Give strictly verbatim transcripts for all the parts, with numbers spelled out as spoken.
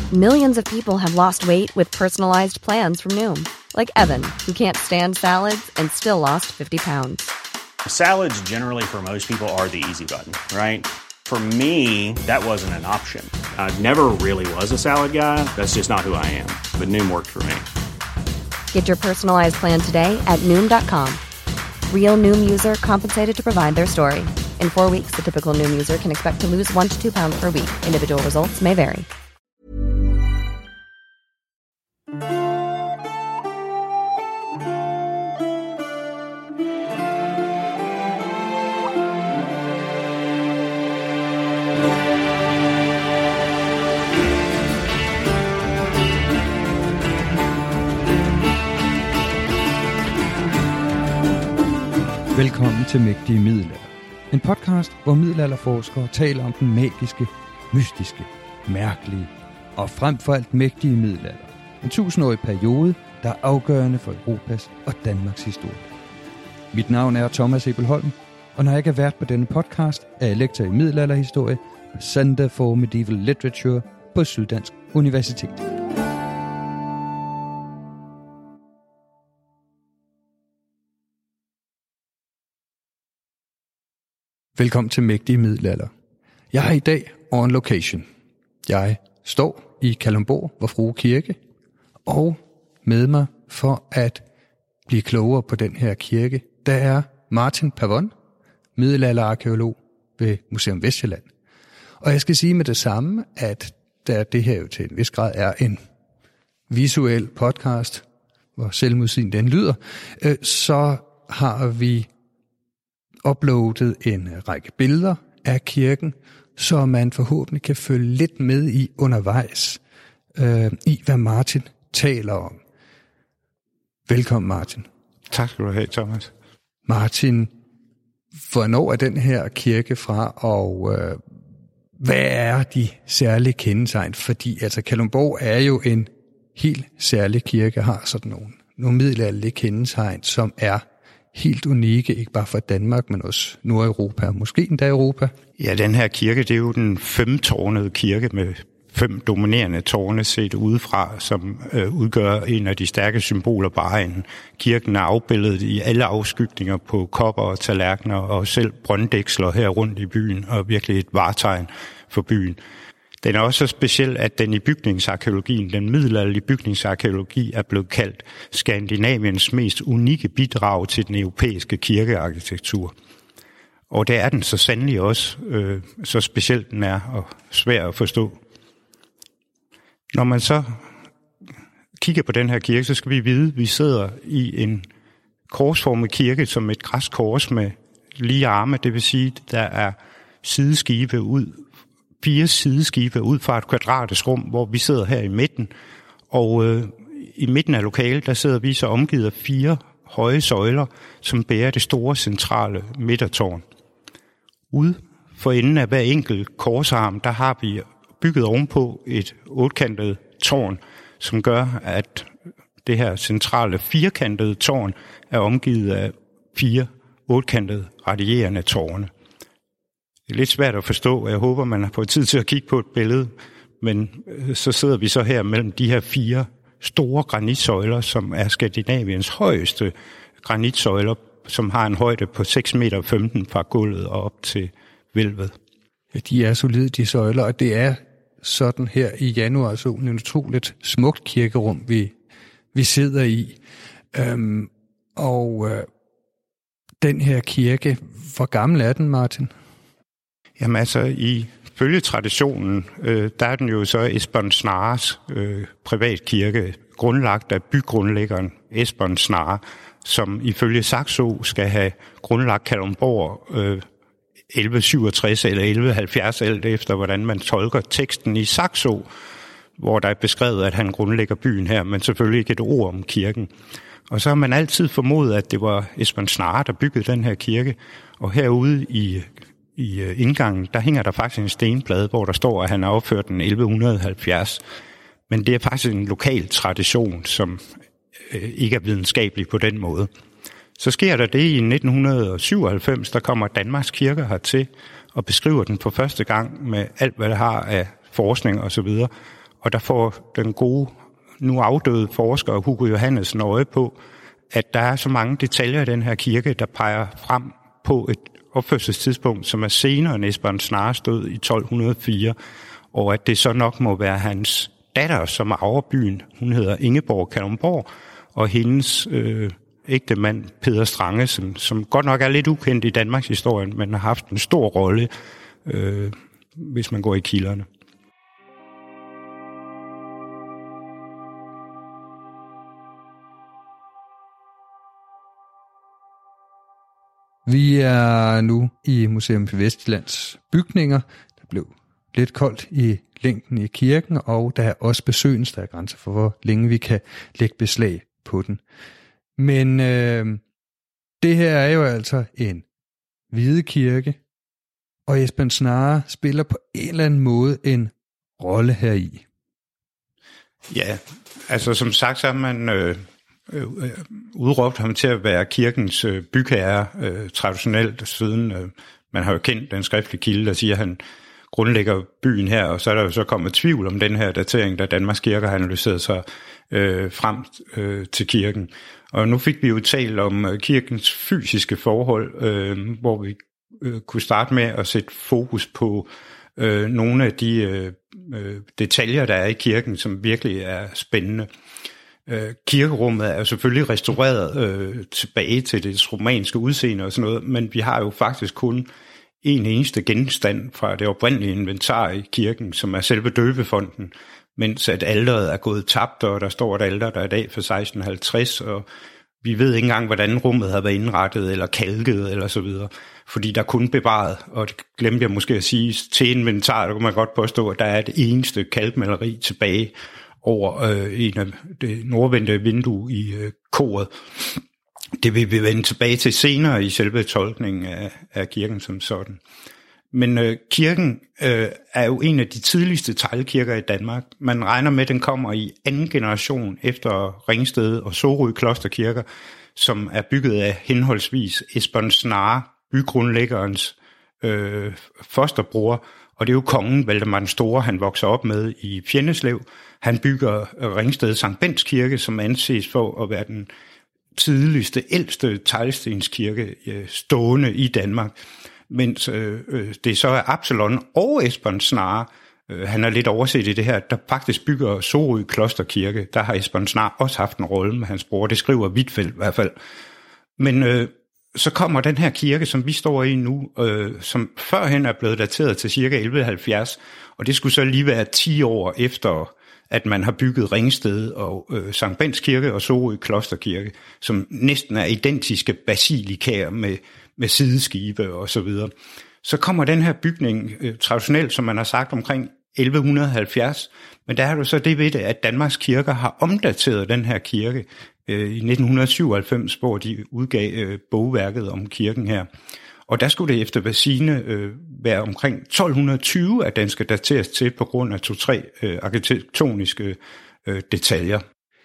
Millions of people have lost weight with personalized plans from Noom. Like Evan, who can't stand salads and still lost fifty pounds. Salads generally for most people are the easy button, right? For me, that wasn't an option. I never really was a salad guy. That's just not who I am. But Noom worked for me. Get your personalized plan today at Noom dot com. Real Noom user compensated to provide their story. In four weeks, the typical Noom user can expect to lose one to two pounds per week. Individual results may vary. Velkommen til Mægtige Middelalder. En podcast, hvor middelalderforskere taler om den magiske, mystiske, mærkelige og frem for alt mægtige middelalder. En tusindårig periode, der er afgørende for Europas og Danmarks historie. Mit navn er Thomas Ebelholm, og når jeg ikke er vært på denne podcast, er jeg lektor i middelalderhistorie på Center for Medieval Literature på Syddansk Universitet. Velkommen til Mægtige Middelalder. Jeg er i dag on location. Jeg står i Kalundborg, Vor Frue Kirke, og med mig for at blive klogere på den her kirke, der er Martin Pavon, middelalderarkæolog ved Museum Vestsjælland. Og jeg skal sige med det samme, at da det her jo til en vis grad er en visuel podcast, hvor selvmodsigende den lyder, så har vi uploadet en række billeder af kirken, så man forhåbentlig kan følge lidt med i undervejs øh, i, hvad Martin taler om. Velkommen, Martin. Tak skal du have, Thomas. Martin, hvornår er den her kirke fra, og øh, hvad er de særlige kendetegn? Fordi altså, Kalundborg er jo en helt særlig kirke, har sådan nogle, nogle middelalderlige kendetegn, som er helt unikke, ikke bare for Danmark, men også Nordeuropa, og måske endda Europa. Ja, den her kirke, det er jo den femtårnede kirke med fem dominerende tårne set udefra, som øh, udgør en af de stærke symboler på egnen. Kirken er afbildet i alle afskygninger på kopper og tallerkener, og selv brønddæksler her rundt i byen, og virkelig et vartegn for byen. Den er også så speciel, at den i bygningsarkæologien, den middelalderlige bygningsarkæologi, er blevet kaldt Skandinaviens mest unikke bidrag til den europæiske kirkearkitektur. Og det er den så sandelig også, øh, så specielt den er og svær at forstå. Når man så kigger på den her kirke, så skal vi vide, at vi sidder i en korsformet kirke som et græskors med lige arme, det vil sige, at der er sideskibe ud, fire sideskibe ud fra et kvadratisk rum, hvor vi sidder her i midten. Og øh, i midten af lokalet, der sidder vi så omgivet af fire høje søjler, som bærer det store centrale midtertårn. Ude for enden af hver enkelt korsarm, der har vi bygget ovenpå et ottekantet tårn, som gør, at det her centrale firkantede tårn er omgivet af fire ottekantede radierende tårne. Det er lidt svært at forstå, og jeg håber, man har fået tid til at kigge på et billede, men så sidder vi så her mellem de her fire store granitsøjler, som er Skandinaviens højeste granitsøjler, som har en højde på seks komma femten meter fra gulvet og op til hvælvet. Ja, de er solide, de søjler, og det er sådan her i januar, så en utroligt smukt kirkerum, vi, vi sidder i. Øhm, og øh, den her kirke, hvor gammel er den, Martin? Jamen altså, i følgetraditionen, øh, der er den jo så Esbern Snares øh, privatkirke, grundlagt af bygrundlæggeren Esbern Snare, som ifølge Saxo skal have grundlagt Kalundborg øh, elleve syvogtres eller elleve halvfjerds, alt efter hvordan man tolker teksten i Saxo, hvor der er beskrevet, at han grundlægger byen her, men selvfølgelig ikke et ord om kirken. Og så har man altid formodet, at det var Esbern Snare, der byggede den her kirke, og herude i I indgangen, der hænger der faktisk en stenplade, hvor der står, at han har opført den elleve halvfjerds. Men det er faktisk en lokal tradition, som øh, ikke er videnskabelig på den måde. Så sker der det i nitten syvoghalvfems, der kommer Danmarks Kirker hertil og beskriver den for første gang med alt, hvad det har af forskning osv. og der får den gode, nu afdøde forsker Hugo Johannesen øje på, at der er så mange detaljer i den her kirke, der peger frem på et opførelsestidspunkt, som er senere end Esbern Snares død i tolv hundrede og fire, og at det så nok må være hans datter, som er overbyen. Hun hedder Ingeborg Kalundborg, og hendes øh, ægte mand, Peder Strange, som, som godt nok er lidt ukendt i Danmarks historie, men har haft en stor rolle, øh, hvis man går i kilderne. Vi er nu i Museum Vestjyllands bygninger. Der blev lidt koldt i længden i kirken, og der er også besøgende, der er grænser for, hvor længe vi kan lægge beslag på den. Men øh, det her er jo altså en hvide kirke, og Esbern Snare spiller på en eller anden måde en rolle heri. Ja, altså som sagt, så har man øh, øh, udråbt ham til at være kirkens øh, bygherre øh, traditionelt, siden øh, man har jo kendt den skriftlige kilde, der siger, at han grundlægger byen her, og så er der jo så kommet tvivl om den her datering, da Danmarks Kirke har analyseret sig øh, frem øh, til kirken. Og nu fik vi jo talt om øh, kirkens fysiske forhold, øh, hvor vi øh, kunne starte med at sætte fokus på øh, nogle af de øh, øh, detaljer, der er i kirken, som virkelig er spændende. Øh, kirkerummet er jo selvfølgelig restaureret øh, tilbage til det romanske udseende og sådan noget, men vi har jo faktisk kun en eneste genstand fra det oprindelige inventar i kirken, som er selve døbefonten, mens at alteret er gået tabt, og der står et alter, der er i dag fra seksten halvtreds, og vi ved ikke engang, hvordan rummet har været indrettet, eller kalket, eller så videre, fordi der er kun bevaret, og det glemte jeg måske at sige, til inventar, der kunne man godt påstå, at der er et eneste kalkmaleri tilbage over øh, en af det nordvendte vindue i øh, koret. Det vil vi vende tilbage til senere i selve tolkningen af, af kirken som sådan. Men øh, kirken øh, er jo en af de tidligste teglkirker i Danmark. Man regner med, at den kommer i anden generation efter Ringsted og Sorø klosterkirker, som er bygget af henholdsvis Esbern Snare, bygrundlæggerens øh, fosterbror, og det er jo kongen Valdemar den Store, han vokser op med i Fjenneslev. Han bygger Ringsted Sankt Bendts Kirke, som anses for at være den tidligste, ældste teglstenskirke øh, stående i Danmark, mens øh, øh, det så er Absalon og Esbern Snare, øh, han er lidt overset i det her, der faktisk bygger Sorø klosterkirke. Der har Esbern Snare også haft en rolle med hans bror, det skriver Huitfeldt i hvert fald. Men øh, så kommer den her kirke, som vi står i nu, øh, som førhen er blevet dateret til cirka elleve halvfjerds, og det skulle så lige være ti år efter, at man har bygget Ringsted og øh, Sankt Bendts Kirke og Sorø klosterkirke, som næsten er identiske basilikaer med, med sideskibe og så videre. Så kommer den her bygning øh, traditionelt, som man har sagt, omkring elleve halvfjerds, men der er jo så det ved det, at Danmarks Kirker har omdateret den her kirke øh, i nitten syvoghalvfems, hvor de udgav øh, bogværket om kirken her. Og der skulle det efter Basine øh, være omkring tolv tyve, at den skal dateres til på grund af to-tre øh, arkitektoniske øh, detaljer.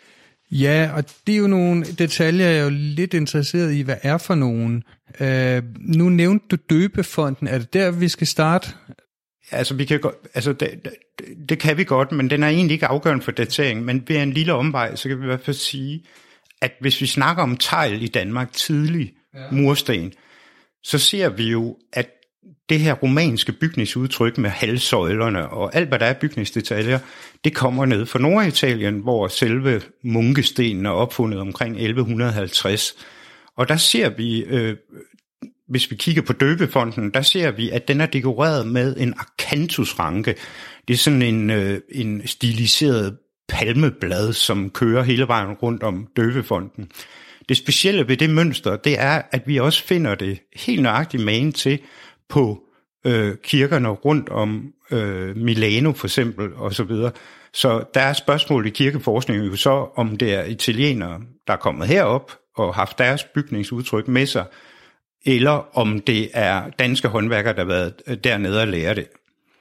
Ja, og det er jo nogle detaljer, jeg er jo lidt interesseret i, hvad er for nogen. Øh, nu nævnte du døbefonten. Er det der, vi skal starte? Altså, vi kan godt, altså det, det, det kan vi godt, men den er egentlig ikke afgørende for datering. Men ved en lille omvej, så kan vi i hvert fald sige, at hvis vi snakker om tegl i Danmark, tidlig ja. mursten, så ser vi jo, at det her romanske bygningsudtryk med halvsøjlerne og alt, hvad der er bygningsdetaljer, det kommer ned fra Norditalien, hvor selve munkestenen er opfundet omkring elleve halvtreds. Og der ser vi, øh, hvis vi kigger på døbefonten, der ser vi, at den er dekoreret med en akantusranke. Det er sådan en, øh, en stiliseret palmeblad, som kører hele vejen rundt om døbefonten. Det specielle ved det mønster, det er, at vi også finder det helt nøjagtigt magen til på øh, kirkerne rundt om øh, Milano for eksempel og så videre. Så der er spørgsmål i kirkeforskningen jo så, om det er italienere, der er kommet herop og haft deres bygningsudtryk med sig, eller om det er danske håndværkere, der har været dernede og lære det.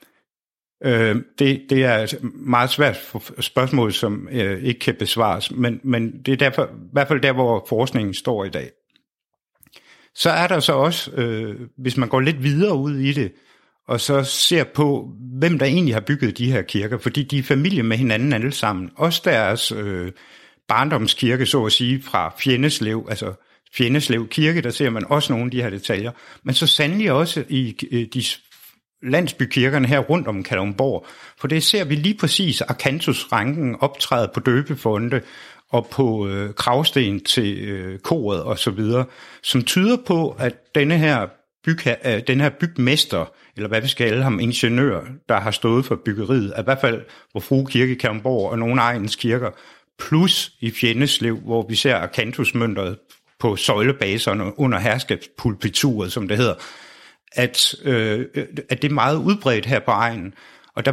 Øh, det. Det er et meget svært spørgsmål, som øh, ikke kan besvares, men, men det er derfor, i hvert fald der, hvor forskningen står i dag. Så er der så også, øh, hvis man går lidt videre ud i det, og så ser på, hvem der egentlig har bygget de her kirker, fordi de er familie med hinanden alle sammen. Også deres øh, barndomskirke, så at sige, fra Fjenneslev, altså Fjenneslev Kirke, der ser man også nogle af de her detaljer, men så sandelig også i øh, de landsbykirkerne her rundt om Kalundborg, for det ser vi lige præcis Akantusranken optræde på døbefonte og på øh, kravsten til øh, koret og så videre, som tyder på, at denne her, byg, øh, denne her bygmester, eller hvad vi skal kalde ham, ingeniør, der har stået for byggeriet, i hvert fald Vor Frue Kirke i Kalundborg og nogle af egens kirker, plus i Fjenneslev, hvor vi ser akantusmønteret på søjlebaserne under herskabspulpituret, som det hedder, at, øh, at det er meget udbredt her på egnen. Og der,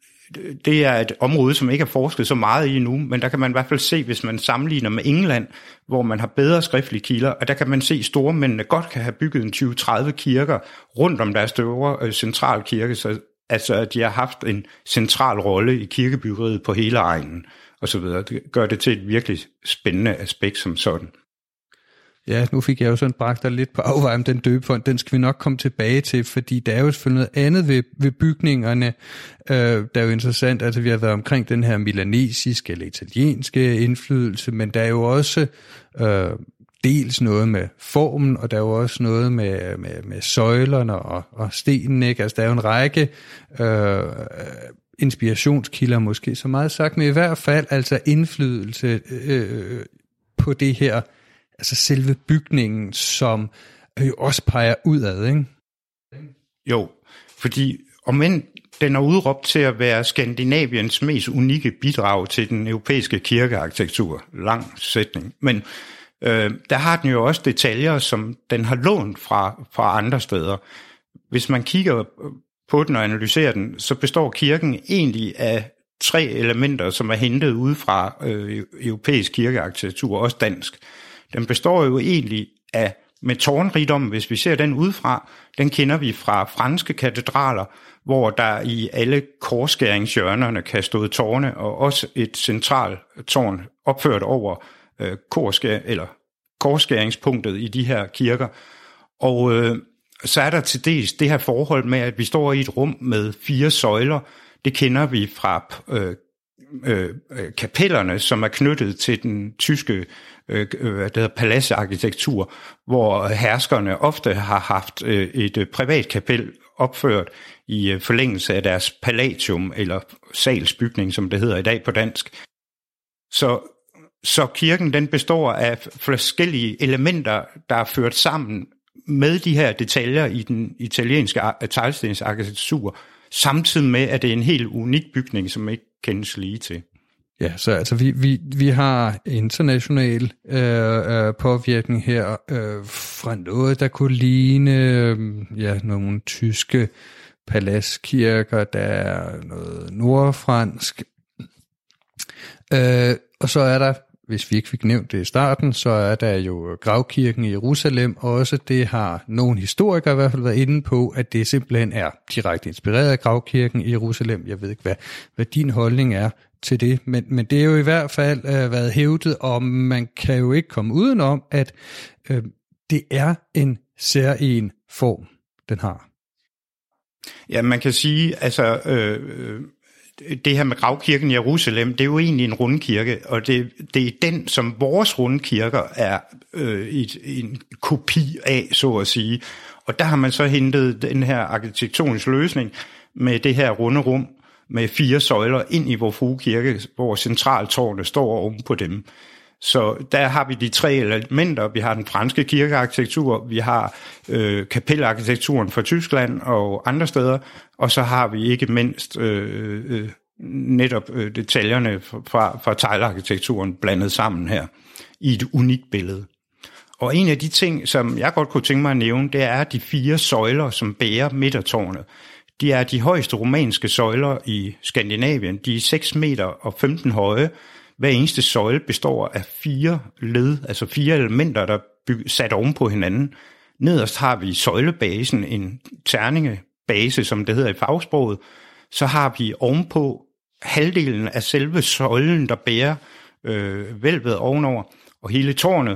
det er et område, som ikke er forsket så meget i nu, men der kan man i hvert fald se, hvis man sammenligner med England, hvor man har bedre skriftlige kilder, og der kan man se, at stormændene godt kan have bygget en tyve til tredive kirker rundt om deres store øh, centralkirke, så altså at de har haft en central rolle i kirkebyggeriet på hele egnen, og så videre. Det gør det til et virkelig spændende aspekt som sådan. Ja, nu fik jeg jo sådan bragt dig lidt på afvej om den døbefont. Den skal vi nok komme tilbage til, fordi der er jo selvfølgelig noget andet ved, ved bygningerne, øh, der er jo interessant. Altså vi har været omkring den her milanesiske eller italienske indflydelse, men der er jo også øh, dels noget med formen, og der er jo også noget med, med, med søjlerne og, og stenen, ikke? Altså der er jo en række øh, inspirationskilder måske, så meget sagt, men i hvert fald altså indflydelse øh, på det her, altså selve bygningen, som jo også peger udad, ikke? Jo, fordi om end den er udråbt til at være Skandinaviens mest unikke bidrag til den europæiske kirkearkitektur, lang sætning, men øh, der har den jo også detaljer, som den har lånt fra, fra andre steder. Hvis man kigger på den og analyserer den, så består kirken egentlig af tre elementer, som er hentet ud fra øh, europæisk kirkearkitektur, også dansk. Den består jo egentlig af med tårnrigdommen, hvis vi ser den udefra, den kender vi fra franske katedraler, hvor der i alle korsskæringshjørnerne kan stå tårne, og også et centralt tårn opført over øh, korskær, eller korsskæringspunktet i de her kirker. Og øh, så er der til dels det her forhold med, at vi står i et rum med fire søjler. Det kender vi fra øh, øh, kapellerne, som er knyttet til den tyske øh, hvad det hedder, paladsarkitektur, hvor herskerne ofte har haft øh, et privat kapel opført i øh, forlængelse af deres palatium, eller salsbygning, som det hedder i dag på dansk. Så, så kirken den består af forskellige elementer, der er ført sammen med de her detaljer i den italienske teglstensarkitektur, samtidig med, at det er en helt unik bygning, som ikke kendes lige til. Ja, så altså vi, vi, vi har international øh, øh, påvirkning her øh, fra noget, der kunne ligne øh, ja, nogle tyske paladskirker, der er noget nordfransk. Øh, og så er der, hvis vi ikke fik nævnt det i starten, så er der jo gravkirken i Jerusalem også. Det har nogle historikere i hvert fald været inde på, at det simpelthen er direkte inspireret af gravkirken i Jerusalem. Jeg ved ikke, hvad, hvad din holdning er til det, men, men det er jo i hvert fald øh, været hævdet, og man kan jo ikke komme udenom, at øh, det er en særegen form, den har. Ja, man kan sige, altså øh, det her med gravkirken i Jerusalem, det er jo egentlig en rundkirke, og det, det er den, som vores rundkirker er øh, et, en kopi af, så at sige. Og der har man så hentet den her arkitektoniske løsning med det her runde rum, med fire søjler ind i Vor Frue Kirke, hvor centraltårnet står oven på dem. Så der har vi de tre elementer. Vi har den franske kirkearkitektur, vi har øh, kapelarkitekturen fra Tyskland og andre steder, og så har vi ikke mindst øh, øh, netop øh, detaljerne fra, fra teglarkitekturen blandet sammen her i et unikt billede. Og en af de ting, som jeg godt kunne tænke mig at nævne, det er de fire søjler, som bærer midtertårnet. De er de højeste romanske søjler i Skandinavien. De er seks meter og femten høje. Hver eneste søjle består af fire led, altså fire elementer, der er sat oven på hinanden. Nederst har vi søjlebasen, en terningebase, som det hedder i fagsproget. Så har vi ovenpå halvdelen af selve søjlen, der bærer øh, hvælvet ovenover. Og hele tårnet,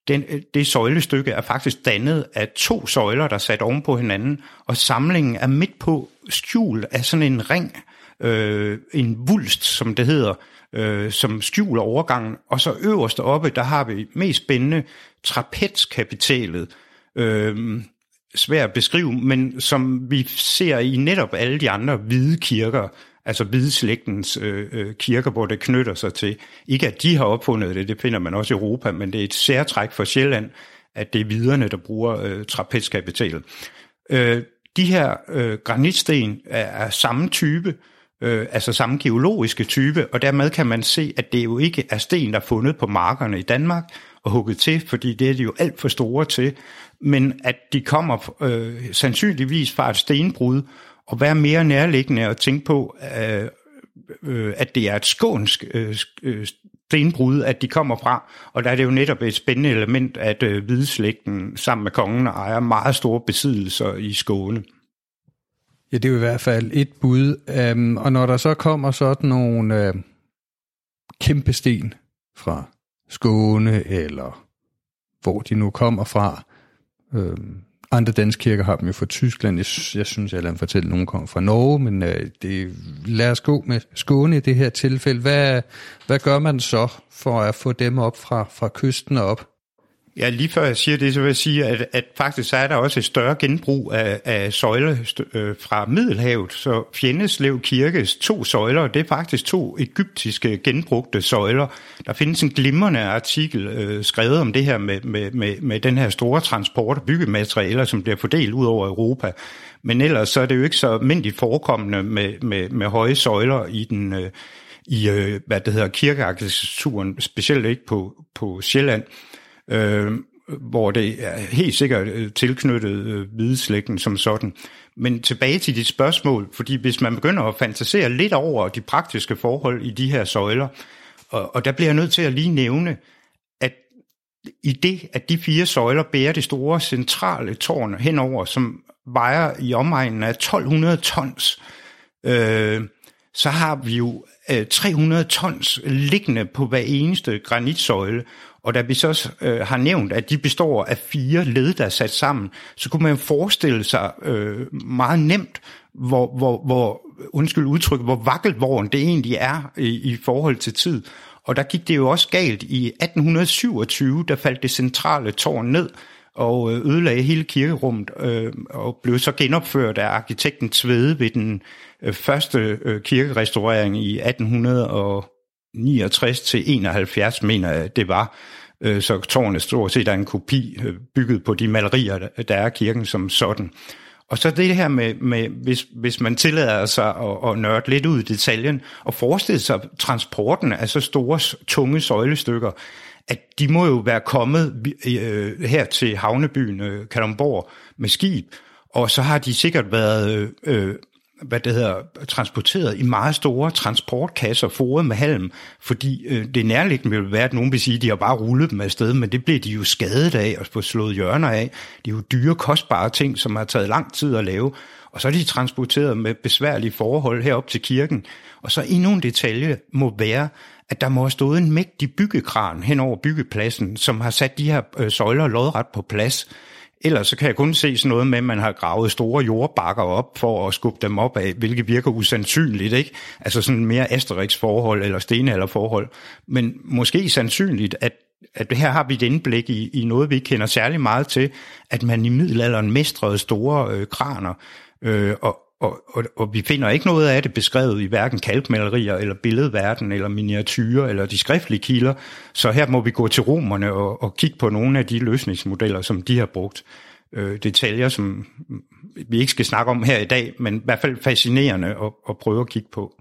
den, det søjlestykke er faktisk dannet af to søjler, der er sat oven på hinanden, og samlingen er midt på skjul af sådan en ring, øh, en vulst, som det hedder, øh, som skjuler overgangen, og så øverst oppe, der har vi mest spændende trapezkapitalet, øh, svært at beskrive, men som vi ser i netop alle de andre hvide kirker, altså hvideslægtens øh, øh, kirker, hvor det knytter sig til. Ikke at de har opfundet det, det finder man også i Europa, men det er et særtræk for Sjælland, at det er hviderne, der bruger øh, trapezkapitalet. Øh, de her øh, granitsten er, er samme type, øh, altså samme geologiske type, og dermed kan man se, at det jo ikke er sten, der er fundet på markerne i Danmark og hugget til, fordi det er de jo alt for store til, men at de kommer øh, sandsynligvis fra et stenbrud, og være mere nærliggende at tænke på, øh, øh, at det er et skånsk øh, stenbrud, at de kommer fra. Og der er det jo netop et spændende element, at øh, hvideslægten sammen med kongen ejer meget store besiddelser i Skåne. Ja, det er jo i hvert fald et bud. Um, og når der så kommer sådan nogle uh, kæmpe sten fra Skåne, eller hvor de nu kommer fra, uh, andre danske kirker har dem jo fra Tyskland. Jeg, jeg synes, jeg lader dem fortælle, at nogen kommer fra Norge, men uh, det, lad os gå med Skåne i det her tilfælde. Hvad, hvad gør man så for at få dem op fra, fra kysten og op? Ja, lige før jeg siger det, så vil jeg sige, at, at faktisk er der også et større genbrug af, af søjle øh, fra Middelhavet. Så Fjendeslev Kirkes to søjler, det er faktisk to egyptiske genbrugte søjler. Der findes en glimrende artikel øh, skrevet om det her med, med, med, med den her store transport af byggematerialer, som bliver fordelt ud over Europa. Men ellers så er det jo ikke så almindeligt forekommende med, med, med høje søjler i den øh, i øh, hvad det hedder kirkearkitekturen, specielt ikke på, på Sjælland. Øh, hvor det er helt sikkert øh, tilknyttet øh, hvideslægten som sådan. Men tilbage til dit spørgsmål, fordi hvis man begynder at fantasere lidt over de praktiske forhold i de her søjler, og, og der bliver jeg nødt til at lige nævne, at i det, at de fire søjler bærer det store centrale tårn henover, som vejer i omegnen af tolv hundrede tons, øh, så har vi jo øh, tre hundrede tons liggende på hver eneste granitsøjle. Og da vi så øh, har nævnt, at de består af fire led, der er sat sammen, så kunne man forestille sig øh, meget nemt, hvor, hvor, hvor undskyld udtryk, hvor vakkelvogn det egentlig er i, i forhold til tid. Og der gik det jo også galt i atten syvogtyve, der faldt det centrale tårn ned og ødelagde hele kirkerummet, øh, og blev så genopført af arkitekten Tvede ved den øh, første øh, kirkerestaurering i atten niogtres til enoghalvfjerds, mener jeg, det var. Så tårnet stort set er en kopi bygget på de malerier, der er kirken som sådan. Og så det her med, med hvis, hvis man tillader sig at, at nørde lidt ud i detaljen, og forestille sig transporten af så store, tunge søjlestykker, at de må jo være kommet øh, her til havnebyen øh, Kalundborg med skib, og så har de sikkert været øh, hvad det hedder, transporteret i meget store transportkasser foret med halm, fordi øh, det nærliggende vil være, at nogen vil sige, at de har bare rullet dem afsted, men det bliver de jo skadet af og få slået hjørner af. Det er jo dyre, kostbare ting, som har taget lang tid at lave, og så er de transporteret med besværlige forhold herop til kirken. Og så endnu en detalje må være, at der må have stået en mægtig byggekran hen over byggepladsen, som har sat de her øh, søjler lodret på plads. Ellers så kan jeg kun se sådan noget med, at man har gravet store jordbakker op for at skubbe dem op af, hvilket virker usandsynligt, ikke? Altså sådan mere Asterix-forhold eller stenalderforhold. Men måske sandsynligt, at, at her har vi et indblik i, i noget, vi ikke kender særlig meget til, at man i middelalderen mestrede store øh, kraner, øh, og, og, og, og vi finder ikke noget af det beskrevet i hverken kalkmalerier eller billedverden eller miniatyrer eller de skriftlige kilder, så her må vi gå til romerne og, og kigge på nogle af de løsningsmodeller, som de har brugt. Øh, detaljer, som vi ikke skal snakke om her i dag, men i hvert fald fascinerende at, at prøve at kigge på.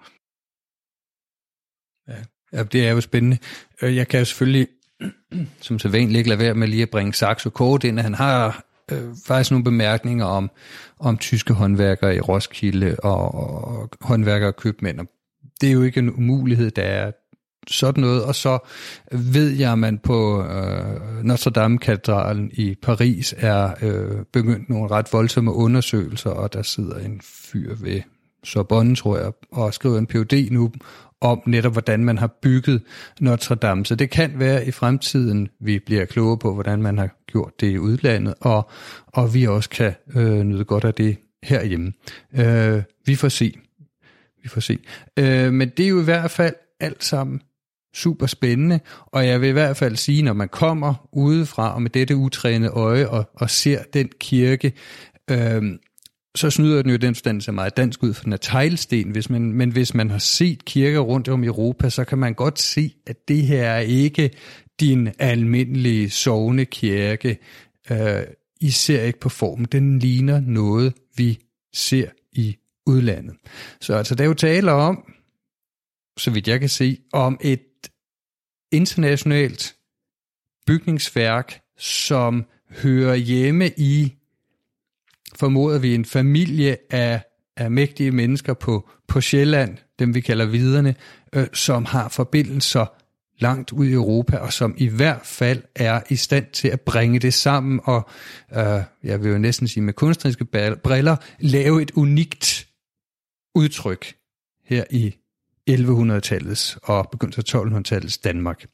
Ja, det er jo spændende. Jeg kan jo selvfølgelig som sædvanligt ikke lade være med lige at bringe Saxo kort ind, at han har øh, faktisk nogle bemærkninger om, om tyske håndværkere i Roskilde og, og håndværkere og købmænd. Det er jo ikke en umulighed, der er sådan noget. Og så ved jeg, at man på øh, Notre Dame-katedralen i Paris er øh, begyndt nogle ret voldsomme undersøgelser, og der sidder en fyr ved Sorbonne, tror jeg, og skriver en Ph.D. nu om netop, hvordan man har bygget Notre Dame. Så det kan være i fremtiden, vi bliver klogere på, hvordan man har gjort det i udlandet, og, og vi også kan øh, nyde godt af det herhjemme. Øh, vi får se. Vi får se. Øh, men det er jo i hvert fald alt sammen super spændende, og jeg vil i hvert fald sige, når man kommer udefra og med dette utrænede øje og, og ser den kirke, øh, så snyder den jo den forstand så meget dansk ud, for den er teglsten, hvis man, men hvis man har set kirker rundt om i Europa, så kan man godt se, at det her er ikke din almindelige sognekirke, øh, især ikke på formen. Den ligner noget, vi ser i udlandet. Så altså, der er jo tale om, så vidt jeg kan se, om et internationalt bygningsværk, som hører hjemme i, formoder vi, en familie af, af mægtige mennesker på, på Sjælland, dem vi kalder viderne, øh, som har forbindelser langt ud i Europa, og som i hvert fald er i stand til at bringe det sammen, og øh, jeg vil jo næsten sige med kunstneriske briller, lave et unikt udtryk her i elleve-hundrede-tallets og begyndelsen af tolv-hundrede-tallets Danmark.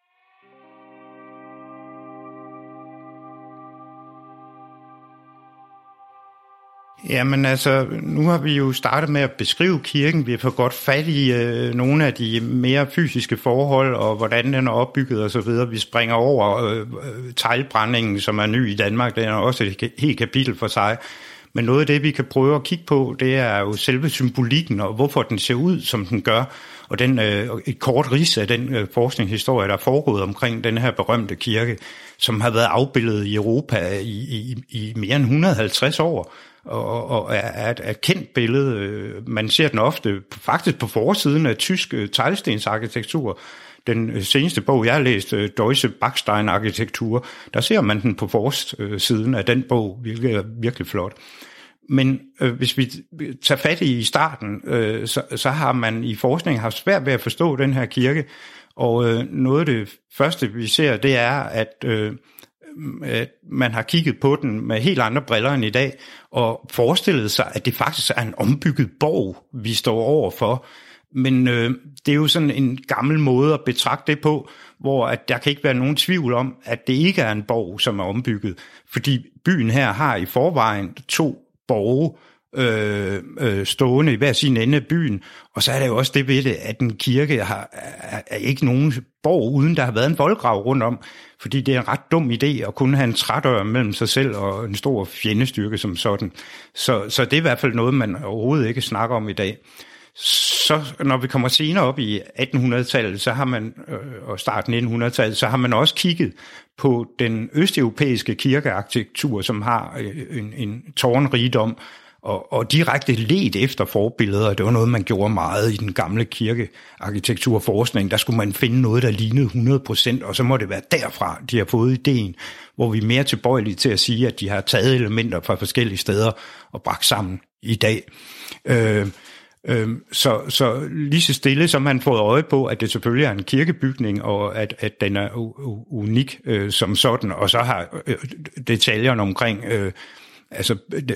Jamen altså, nu har vi jo startet med at beskrive kirken. Vi har fået godt fat i øh, nogle af de mere fysiske forhold, og hvordan den er opbygget og så videre. Vi springer over øh, teglbrændingen, som er ny i Danmark. Den er også et helt kapitel for sig. Men noget af det, vi kan prøve at kigge på, det er jo selve symbolikken, og hvorfor den ser ud, som den gør. Og den, øh, et kort rids af den øh, forskningshistorie, der er foregået omkring den her berømte kirke, som har været afbildet i Europa i, i, i mere end et hundrede og halvtreds år. Og, og er et, et kendt billede. Man ser den ofte faktisk på forsiden af tysk teglstensarkitektur. Den seneste bog, jeg har læst, Deutsche Backstein-arkitektur, der ser man den på forsiden af den bog, hvilket er virkelig flot. Men øh, hvis vi tager fat i starten, øh, så, så har man i forskningen haft svært ved at forstå den her kirke. Og øh, noget af det første, vi ser, det er, at øh, at man har kigget på den med helt andre briller end i dag, og forestillet sig, at det faktisk er en ombygget borg, vi står overfor. Men øh, det er jo sådan en gammel måde at betragte det på, hvor at der kan ikke være nogen tvivl om, at det ikke er en borg, som er ombygget. Fordi byen her har i forvejen to borge øh, øh, stående i hver sin ende af byen, og så er der jo også det ved det, at en kirke har, er, er ikke nogen borg, uden der har været en voldgrav rundt om, fordi det er en ret dum idé at kunne have en trædør mellem sig selv og en stor fjendestyrke som sådan. Så, så det er i hvert fald noget, man overhovedet ikke snakker om i dag. Så når vi kommer senere op i attenhundrede-tallet, så har man, øh, og start nitten hundrede-tallet, så har man også kigget på den østeuropæiske kirkearkitektur, som har øh, en, en tårnrigdom, og, og direkte ledt efter forbilleder. Det var noget, man gjorde meget i den gamle kirkearkitekturforskning. Der skulle man finde noget, der lignede hundrede procent, og så må det være derfra, de har fået ideen, hvor vi er mere tilbøjelige til at sige, at de har taget elementer fra forskellige steder og bragt sammen i dag. Øh, øh, så, så lige så stille, som man fået øje på, at det selvfølgelig er en kirkebygning, og at, at den er u- unik øh, som sådan, og så har øh, detaljerne omkring øh, altså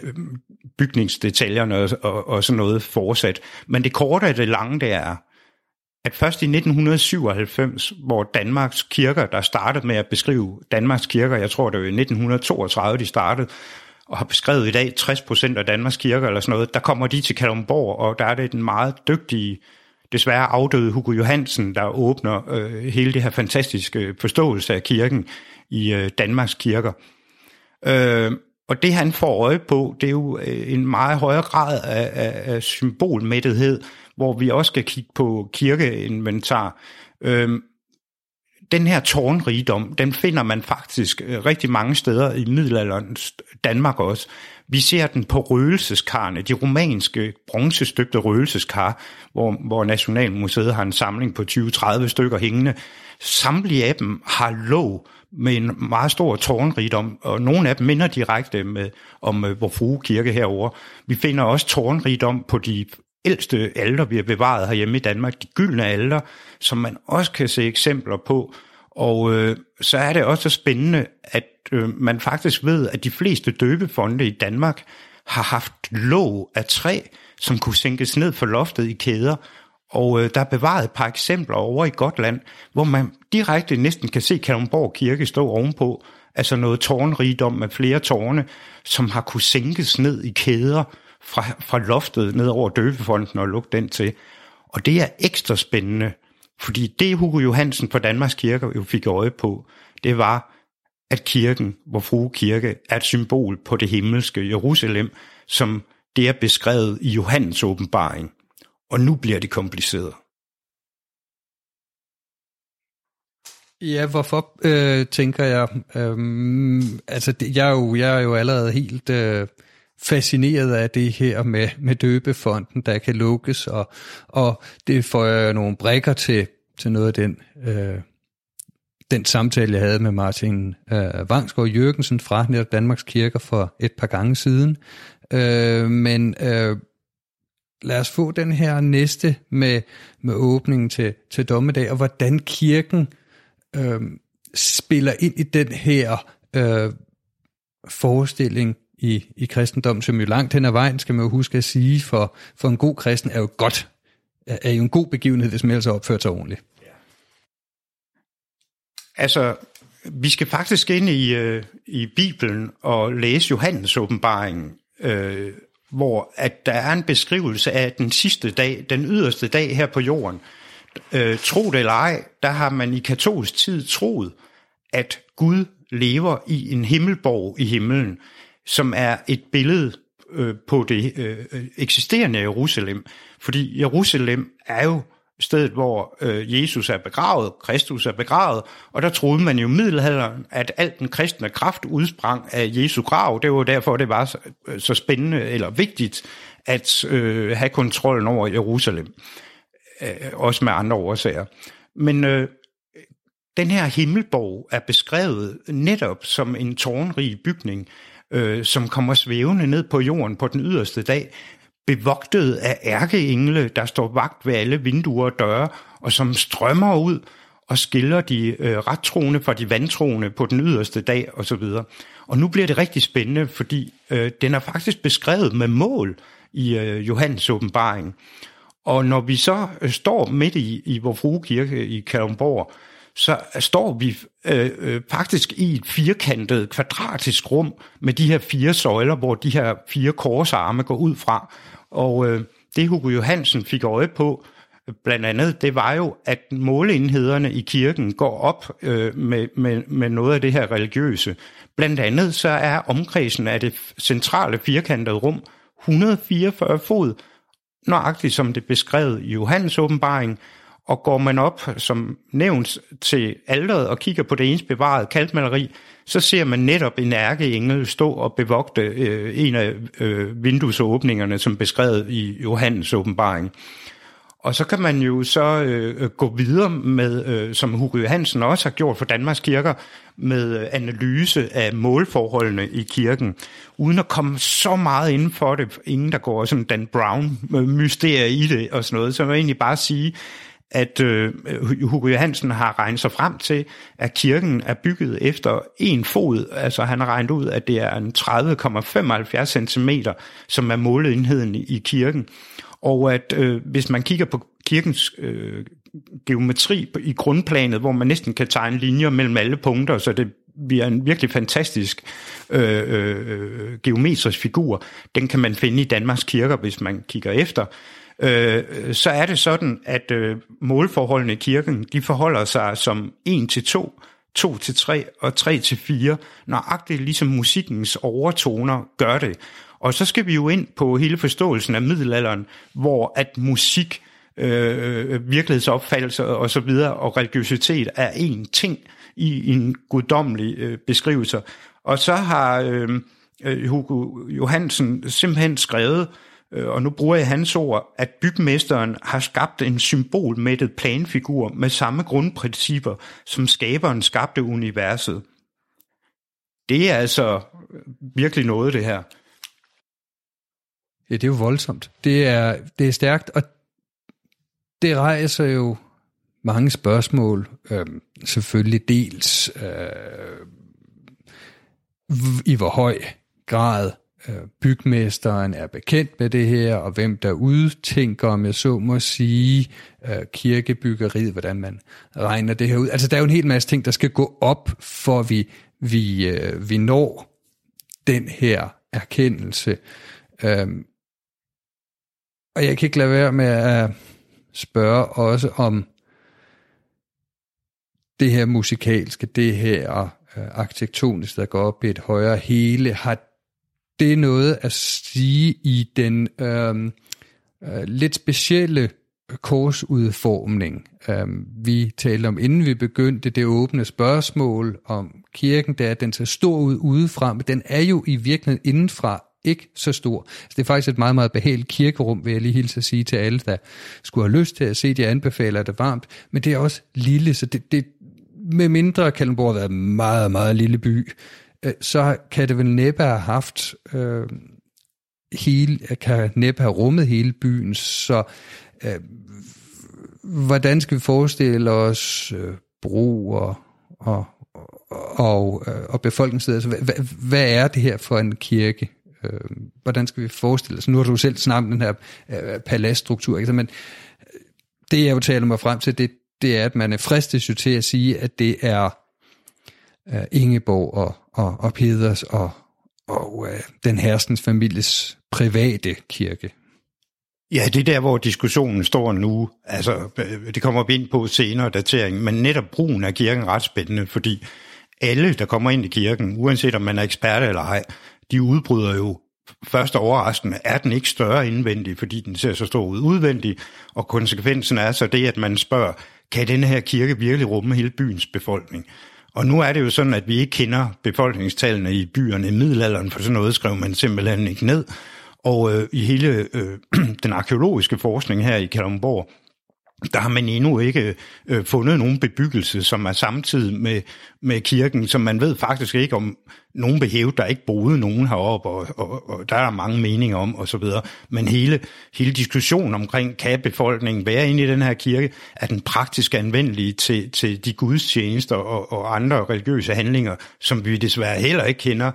bygningsdetaljerne og, og, og sådan noget fortsat. Men det korte af det lange, det er, at først i nitten syvoghalvfems, hvor Danmarks kirker, der startede med at beskrive Danmarks kirker, jeg tror det var i nitten toogtredive, de startede, og har beskrevet i dag tres procent af Danmarks kirker eller sådan noget, der kommer de til Kalundborg, og der er det den meget dygtige, desværre afdøde Hugo Johansen, der åbner øh, hele det her fantastiske forståelse af kirken i øh, Danmarks kirker. Øh, Og det han får øje på, det er jo en meget højere grad af, af, af symbolmættethed, hvor vi også skal kigge på kirkeinventar. Øhm, den her tårnrigdom, den finder man faktisk rigtig mange steder i middelalderens Danmark også. Vi ser den på røgelseskarne, de romanske bronzestøbte røgelseskar, hvor, hvor Nationalmuseet har en samling på tyve til tredive stykker hængende. Samtlige af dem har låg med en meget stor tårnrigdom, og nogle af dem minder direkte med, om Vor Frue Kirke herovre. Vi finder også tårnrigdom på de ældste alter, vi har bevaret herhjemme i Danmark, de gyldne alter, som man også kan se eksempler på. Og øh, så er det også spændende, at øh, man faktisk ved, at de fleste døbefonte i Danmark har haft låg af træ, som kunne sænkes ned for loftet i kæder, Og øh, der er bevaret et par eksempler over i Gotland, hvor man direkte næsten kan se Kalundborg Kirke stå ovenpå, altså noget tårnrigdom med flere tårne, som har kunne sænkes ned i kæder fra, fra loftet ned over døbefonten og lukke den til. Og det er ekstra spændende, fordi det Hugo Johansen fra Danmarks Kirker jo fik øje på, det var, at kirken, Vor Frue Kirke, er et symbol på det himmelske Jerusalem, som det er beskrevet i Johannes åbenbaring. Og nu bliver det kompliceret. Ja, hvorfor øh, tænker jeg? Øh, altså, det, jeg, er jo, jeg er jo allerede helt øh, fascineret af det her med, med døbefonten, der kan lukkes, og, og det får jeg nogle brikker til, til noget af den, øh, den samtale, jeg havde med Martin øh, Vangsgaard Jørgensen fra netop Danmarks Kirker for et par gange siden. Øh, men øh, lad os få den her næste med, med åbningen til, til dommedag, og hvordan kirken øh, spiller ind i den her øh, forestilling i, i kristendommen, som jo langt hen ad vejen, skal man jo huske at sige, for, for en god kristen er jo godt, er, er jo en god begivenhed, hvis man ellers opfører sig ordentligt. Ja. Altså, vi skal faktisk ind i, øh, i Bibelen og læse Johannes åbenbaringen, øh, hvor at der er en beskrivelse af den sidste dag, den yderste dag her på jorden. Øh, tro det eller ej, der har man i katolsk tid troet, at Gud lever i en himmelborg i himlen, som er et billede øh, på det øh, eksisterende Jerusalem. Fordi Jerusalem er jo stedet, hvor øh, Jesus er begravet, Kristus er begravet, og der troede man jo i middelalderen, at alt den kristne kraft udsprang af Jesu grav. Det var derfor, det var så, så spændende eller vigtigt at øh, have kontrollen over Jerusalem. Øh, også med andre årsager. Men øh, den her himmelborg er beskrevet netop som en tårnrig bygning, øh, som kommer svævende ned på jorden på den yderste dag, bevogtet af ærkeengle, der står vagt ved alle vinduer og døre, og som strømmer ud og skiller de øh, rettroende fra de vantroende på den yderste dag osv. Og nu bliver det rigtig spændende, fordi øh, den er faktisk beskrevet med mål i øh, Johannes åbenbaring. Og når vi så øh, står midt i, i Vor Frue Kirke i Kalundborg, så står vi øh, øh, faktisk i et firkantet, kvadratisk rum med de her fire søjler, hvor de her fire korsarme går ud fra. Og øh, det Hugo Johansen fik øje på, blandt andet, det var jo, at måleenhederne i kirken går op øh, med, med, med noget af det her religiøse. Blandt andet så er omkredsen af det centrale firkantede rum et hundrede og fireogfyrre fod, nøjagtigt som det beskrevet i Johannes åbenbaring. Og går man op, som nævnt, til alteret og kigger på det eneste bevarede kalkmaleri, så ser man netop en ærkeengel stå og bevogte øh, en af øh, vinduesåbningerne, som beskrevet i Johannes åbenbaring. Og så kan man jo så øh, gå videre med, øh, som Hugo Johansen også har gjort for Danmarks Kirker, med analyse af målforholdene i kirken, uden at komme så meget inden for det, ingen der går sådan Dan Brown-mysterie i det og sådan noget, så jeg vil egentlig bare sige, at øh, Hugo Johansen har regnet sig frem til, at kirken er bygget efter en fod. Altså han har regnet ud, at det er en tredive komma femoghalvfjerds centimeter, som er måleenheden i, i kirken. Og at øh, hvis man kigger på kirkens øh, geometri i grundplanet, hvor man næsten kan tegne linjer mellem alle punkter, så det bliver en virkelig fantastisk øh, øh, geometrisk figur. Den kan man finde i Danmarks Kirker, hvis man kigger efter. Øh, så er det sådan, at øh, målforholdene i kirken, de forholder sig som en til to, to til tre og tre til fire, nøjagtigt ligesom musikkens overtoner gør det. Og så skal vi jo ind på hele forståelsen af middelalderen, hvor at musik, øh, virkelighedsopfattelse og så videre, og religiøsitet er en ting i en guddommelig øh, beskrivelse. Og så har øh, Hugo Johansen simpelthen skrevet, og nu bruger jeg hans ord, at bygmesteren har skabt en symbolmættet planfigur med samme grundprincipper, som skaberen skabte universet. Det er altså virkelig noget, det her. Ja, det er jo voldsomt. Det er, det er stærkt, og det rejser jo mange spørgsmål. Øhm, selvfølgelig dels, øh, i hvor høj grad bygmesteren er bekendt med det her, og hvem der udtænker, om jeg så må sige, kirkebyggeriet, hvordan man regner det her ud. Altså, der er jo en hel masse ting, der skal gå op, for vi, vi, vi når den her erkendelse. Og jeg kan ikke lade være med at spørge også om det her musikalske, det her arkitektoniske, der går op i et højere hele. Har det noget at sige i den øh, øh, lidt specielle korsudformning? Øh, vi talte om, inden vi begyndte, det åbne spørgsmål om kirken, der den ser stor ud udefra, men den er jo i virkeligheden indenfra ikke så stor. Så det er faktisk et meget, meget behageligt kirkerum, vil jeg lige hilse at sige til alle, der skulle have lyst til at se, de anbefaler det varmt, men det er også lille, så det, det med mindre Kalundborg har været en meget, meget lille by, så kan det vel næppe have haft øh, hele, kan næppe have rummet hele byen, så øh, hvordan skal vi forestille os øh, bro og, og, og, og befolkningssted? Altså, hvad, hvad er det her for en kirke? Øh, hvordan skal vi forestille os? Nu har du selv snakket om den her øh, paladsstruktur, ikke? Men det jeg jo taler mig frem til, det, det er, at man er fristet jo til at sige, at det er øh, Ingeborg og, og, og Peders og, og øh, den herskens families private kirke. Ja, det er der, hvor diskussionen står nu. Altså, det kommer vi ind på senere datering, men netop brugen af kirken er ret spændende, fordi alle, der kommer ind i kirken, uanset om man er ekspert eller ej, de udbryder jo først overraskende, er den ikke større indvendig, fordi den ser så stor ud udvendig, og konsekvensen er så det, at man spørger, kan denne her kirke virkelig rumme hele byens befolkning? Og nu er det jo sådan, at vi ikke kender befolkningstallene i byerne i middelalderen, for sådan noget skrev man simpelthen ikke ned. Og øh, i hele øh, den arkæologiske forskning her i Kalundborg, der har man endnu ikke øh, fundet nogen bebyggelse, som er samtidig med, med kirken, som man ved faktisk ikke om nogen behævet, der ikke boede nogen heroppe, og, og, og der er mange meninger om, og så videre. Men hele, hele diskussionen omkring, kan befolkningen være inde i den her kirke, er den praktisk anvendelig til, til de gudstjenester og, og andre religiøse handlinger, som vi desværre heller ikke kender,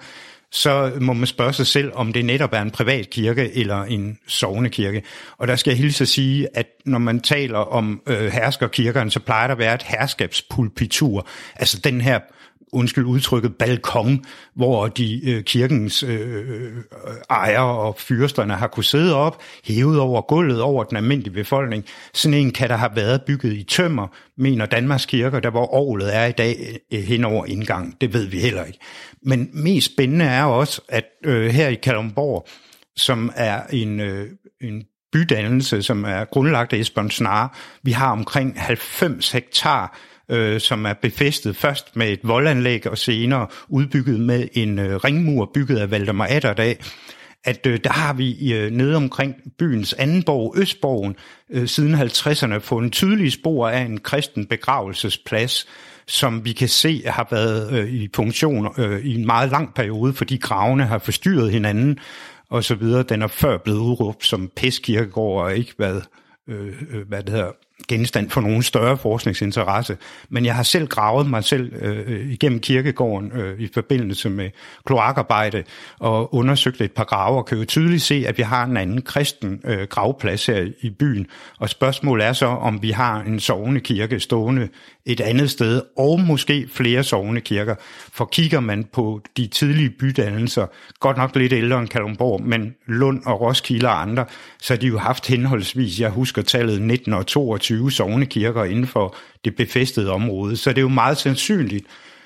så må man spørge sig selv, om det netop er en privat kirke eller en sognekirke. Og der skal jeg hilse at sige, at når man taler om øh, herskerkirkerne, så plejer der at være et herskabspulpitur, altså den her, undskyld udtrykket, balkon, hvor de øh, kirkens øh, ejere og fyrsterne har kunnet sidde op, hævet over gulvet over den almindelige befolkning. Sådan en kan der have været bygget i tømmer, mener Danmarks kirker, der hvor orglet er i dag øh, hen over indgangen. Det ved vi heller ikke. Men mest spændende er også, at øh, her i Kalundborg, som er en, øh, en bydannelse, som er grundlagt af Esbjørn Snare, vi har omkring halvfems hektar, øh, som er befæstet først med et voldanlæg og senere udbygget med en øh, ringmur bygget af Valdemar Atterdag. At øh, der har vi øh, nede omkring byens anden borg, Østborgen, øh, siden halvtredserne fundet tydelige spor af en kristen begravelsesplads, som vi kan se har været øh, i funktion øh, i en meget lang periode, fordi gravene har forstyrret hinanden og så videre. Den er før blevet udråbt som pestkirkegård og ikke været øh, hvad det hedder, genstand for nogen større forskningsinteresse. Men jeg har selv gravet mig selv øh, igennem kirkegården øh, i forbindelse med kloakarbejde og undersøgt et par graver, og kan jo tydeligt se, at vi har en anden kristen øh, gravplads her i byen. Og spørgsmålet er så, om vi har en sognekirke stående et andet sted, og måske flere sognekirker. For kigger man på de tidlige bydannelser, godt nok lidt ældre end Kalundborg, men Lund og Roskilde og andre, så har de jo haft henholdsvis, jeg husker tallet nitten og toogtyve sognekirker inden for det befæstede område. Så det er jo meget sandsynligt,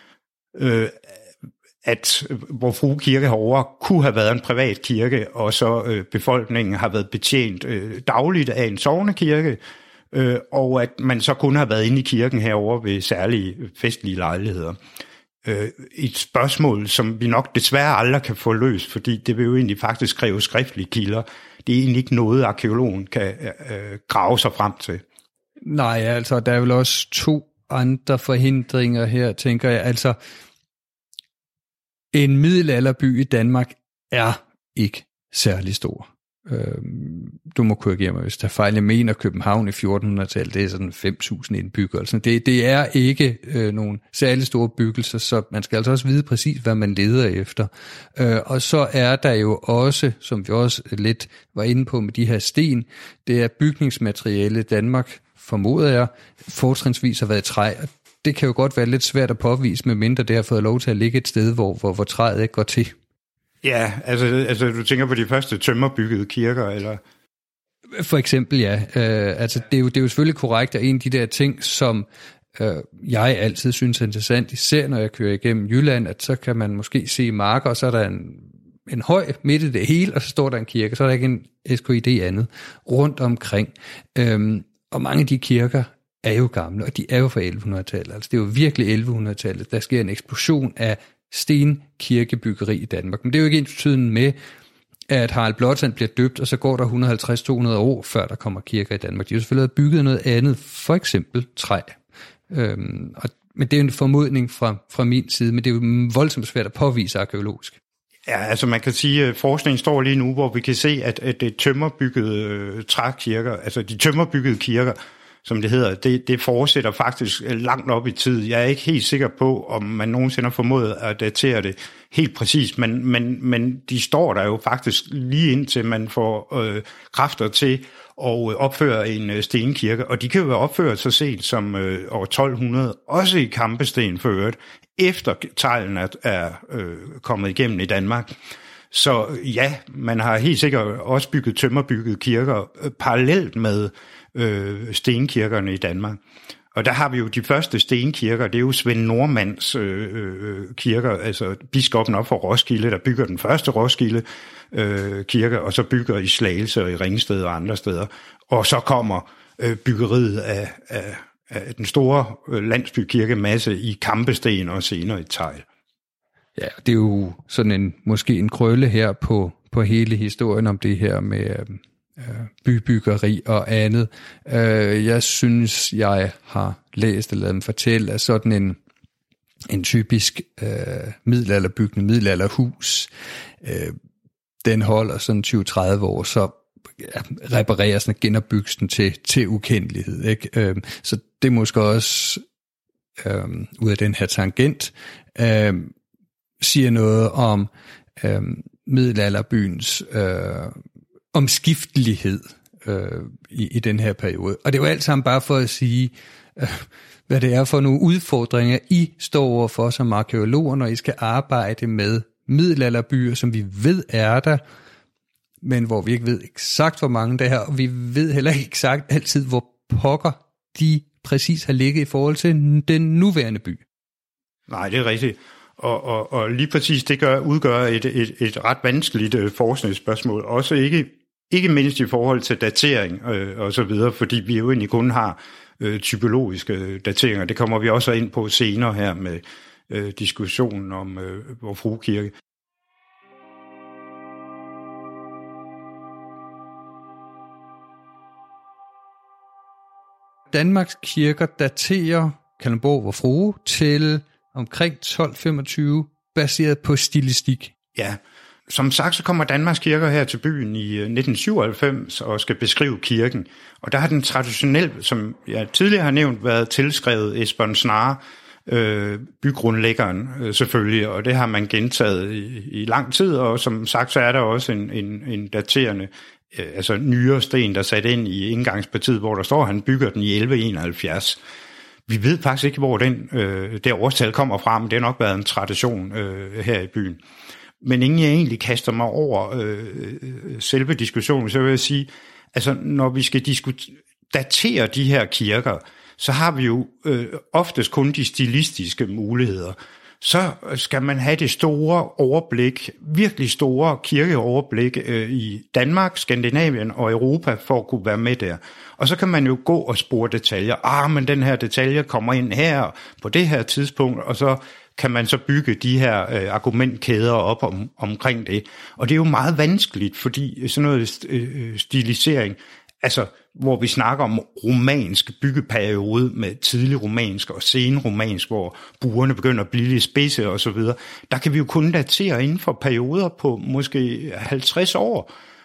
øh, at Vor Frue Kirke herovre kunne have været en privat kirke, og så øh, befolkningen har været betjent øh, dagligt af en sognekirke, øh, og at man så kun har været inde i kirken herovre ved særlige festlige lejligheder. Øh, et spørgsmål, som vi nok desværre aldrig kan få løst, fordi det vil jo egentlig faktisk kræve skriftlige kilder. Det er egentlig ikke noget, arkeologen kan øh, grave sig frem til. Nej, altså der er vel også to andre forhindringer her, tænker jeg. Altså, en middelalderby i Danmark er ikke særlig stor. øh, du må korrigere mig, hvis der er fejl. Jeg mener, København i fjortenhundredetallet, det er sådan fem tusind indbyggere. Altså det, det er ikke øh, nogen særlig store byggelser, så man skal altså også vide præcis, hvad man leder efter. Øh, og så er der jo også, som vi også lidt var inde på med de her sten, det er bygningsmateriale. Danmark, formoder jeg, fortrinsvis har været træ. Det kan jo godt være lidt svært at påvise, medmindre det har fået lov til at ligge et sted, hvor, hvor, hvor træet ikke går til. Ja, altså, altså du tænker på de første tømmerbyggede kirker, eller? For eksempel, ja. Øh, altså, det er, jo, det er jo selvfølgelig korrekt, at en af de der ting, som øh, jeg altid synes er interessant, især når jeg kører igennem Jylland, at så kan man måske se marker, og så er der en, en høj midt i det hele, og så står der en kirke, så er der ikke en S K I D andet rundt omkring. Øh, og mange af de kirker er jo gamle, og de er jo fra elleve-hundredetallet. Altså, det er jo virkelig elleve-hundredetallet. Der sker en eksplosion af stenkirkebyggeri i Danmark. Men det er jo ikke ensbetydende med, at Harald Blåtand bliver døbt, og så går der et hundrede og halvtreds til to hundrede år, før der kommer kirker i Danmark. De har jo selvfølgelig bygget noget andet, for eksempel træ. Øhm, og, men det er jo en formodning fra, fra min side, men det er jo voldsomt svært at påvise arkæologisk. Ja, altså man kan sige, at forskningen står lige nu, hvor vi kan se, at, at det tømmerbyggede øh, trækirker, altså de tømmerbyggede kirker, som det hedder, det, det fortsætter faktisk langt op i tid. Jeg er ikke helt sikker på, om man nogensinde har formået at datere det helt præcist, men, men, men de står der jo faktisk lige indtil man får øh, kræfter til at opføre en øh, stenkirke, og de kan jo være opført så sent som øh, år tolv hundrede, også i kampesten for øvrigt, efter teglen er, er øh, kommet igennem i Danmark. Så ja, man har helt sikkert også bygget tømmerbyggede kirker øh, parallelt med øh, stenkirkerne i Danmark. Og der har vi jo de første stenkirker, det er jo Svend Nordmands øh, øh, kirker, altså biskoppen op for Roskilde, der bygger den første Roskilde øh, kirke, og så bygger i Slagelse og i Ringsted og andre steder. Og så kommer øh, byggeriet af, af, af den store øh, landsbykirkemasse i kampesten og senere i tegl. Ja, det er jo sådan en, måske en krølle her på, på hele historien om det her med øh, bybyggeri og andet. Øh, jeg synes, jeg har læst eller ladet dem fortælle, at sådan en, en typisk øh, middelalderbygning, middelalderhus, øh, den holder sådan tyve til tredive år, så ja, reparerer sådan genopbygges den til, til ukendelighed. Ikke? Øh, så det er måske også øh, ud af den her tangent, øh, siger noget om øh, middelalderbyens øh, omskiftelighed øh, i, i den her periode. Og det er jo alt sammen bare for at sige, øh, hvad det er for nogle udfordringer, I står overfor som arkæologer, når I skal arbejde med middelalderbyer, som vi ved er der, men hvor vi ikke ved eksakt, hvor mange der er, og vi ved heller ikke eksakt altid, hvor pokker de præcis har ligget i forhold til den nuværende by. Nej, det er rigtigt. Og, og, og lige præcis det gør, udgør et, et, et ret vanskeligt uh, forskningsspørgsmål, også ikke, ikke mindst i forhold til datering uh, og så videre, fordi vi jo egentlig kun har uh, typologiske dateringer. Det kommer vi også ind på senere her med uh, diskussionen om uh, Vor Frue Kirke. Danmarks kirker daterer Kalundborg Vor Frue til omkring tolv femogtyve, baseret på stilistik. Ja, som sagt, så kommer Danmarks kirker her til byen i nitten syvoghalvfems og skal beskrive kirken. Og der har den traditionelt, som jeg tidligere har nævnt, været tilskrevet Esbern Snare, øh, bygrundlæggeren øh, selvfølgelig, og det har man gentaget i, i lang tid, og som sagt, så er der også en, en, en daterende, øh, altså nyere sten, der er sat ind i indgangspartiet, hvor der står, at han bygger den i elleve enoghalvfjerds. Vi ved faktisk ikke, hvor den, øh, det årstal kommer fra, men det har nok været en tradition øh, her i byen. Men inden jeg egentlig kaster mig over øh, selve diskussionen, så vil jeg sige, altså når vi skal diskutere, datere de her kirker, så har vi jo øh, oftest kun de stilistiske muligheder. Så skal man have det store overblik, virkelig store kirkeoverblik øh, i Danmark, Skandinavien og Europa for at kunne være med der. Og så kan man jo gå og spore detaljer. Ah, men den her detalje kommer ind her på det her tidspunkt, og så kan man så bygge de her øh, argumentkæder op om, omkring det. Og det er jo meget vanskeligt, fordi sådan noget øh, stilisering, altså hvor vi snakker om romansk byggeperiode med tidlig romansk og sen romansk, hvor buerne begynder at blive lidt spidse og så videre, der kan vi jo kun datere inden for perioder på måske halvtreds år.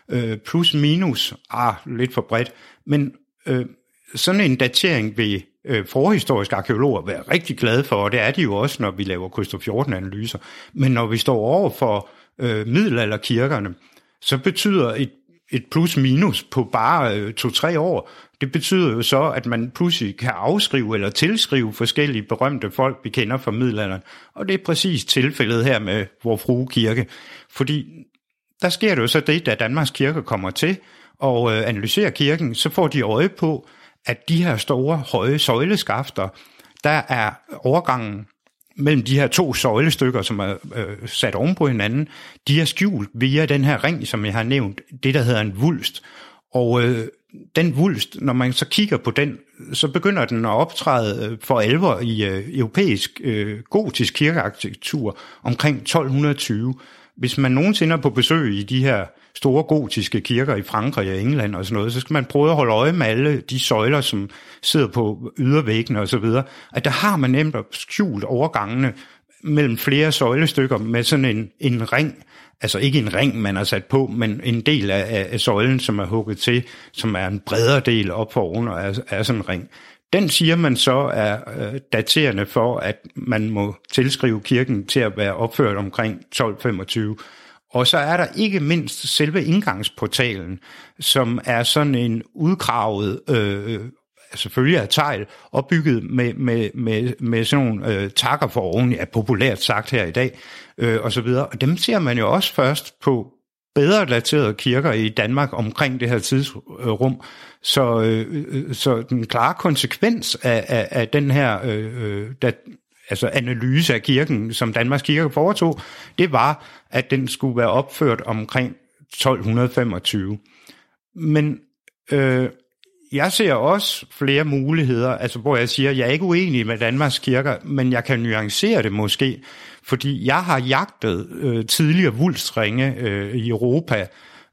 øh, plus minus, ah, lidt for bredt, men øh, sådan en datering vil øh, forhistoriske arkeologer være rigtig glade for, og det er de jo også, når vi laver Christoph fjorten-analyser. Men når vi står over for øh, middelalderkirkerne, så betyder et, et plus-minus på bare øh, to-tre år, det betyder jo så, at man pludselig kan afskrive eller tilskrive forskellige berømte folk, vi kender fra middelalderen. Og det er præcis tilfældet her med Vor Frue Kirke. Fordi der sker det jo så det, da Danmarks Kirke kommer til og øh, analyserer kirken, så får de øje på, at de her store, høje søjleskafter, der er overgangen mellem de her to søjlestykker, som er øh, sat oven på hinanden, de er skjult via den her ring, som jeg har nævnt, det der hedder en vulst. Og øh, den vulst, når man så kigger på den, så begynder den at optræde for alvor i øh, europæisk øh, gotisk kirkearkitektur omkring tolv tyve. Hvis man nogensinde er på besøg i de her store gotiske kirker i Frankrig og England og sådan noget, så skal man prøve at holde øje med alle de søjler, som sidder på ydervæggene og så videre. At der har man nemt skjult overgangene mellem flere søjlestykker med sådan en, en ring, altså ikke en ring, man har sat på, men en del af, af søjlen, som er hugget til, som er en bredere del op for oven og er, er sådan en ring. Den siger man så er øh, daterende for, at man må tilskrive kirken til at være opført omkring tolv femogtyve. Og så er der ikke mindst selve indgangsportalen, som er sådan en udgravet, øh, selvfølgelig af tegl, opbygget med, med, med, med sådan nogle øh, takker for oven, ja, populært sagt her i dag, øh, og så videre. Og dem ser man jo også først på bedre daterede kirker i Danmark omkring det her tidsrum. Så, øh, så den klare konsekvens af, af, af den her øh, dat, altså analyse af kirken, som Danmarks Kirke foretog, det var, at den skulle være opført omkring tolv femogtyve. Men øh, jeg ser også flere muligheder, altså hvor jeg siger, jeg er ikke uenig med Danmarks Kirker, men jeg kan nuancere det måske, fordi jeg har jagtet øh, tidligere vulstringe øh, i Europa,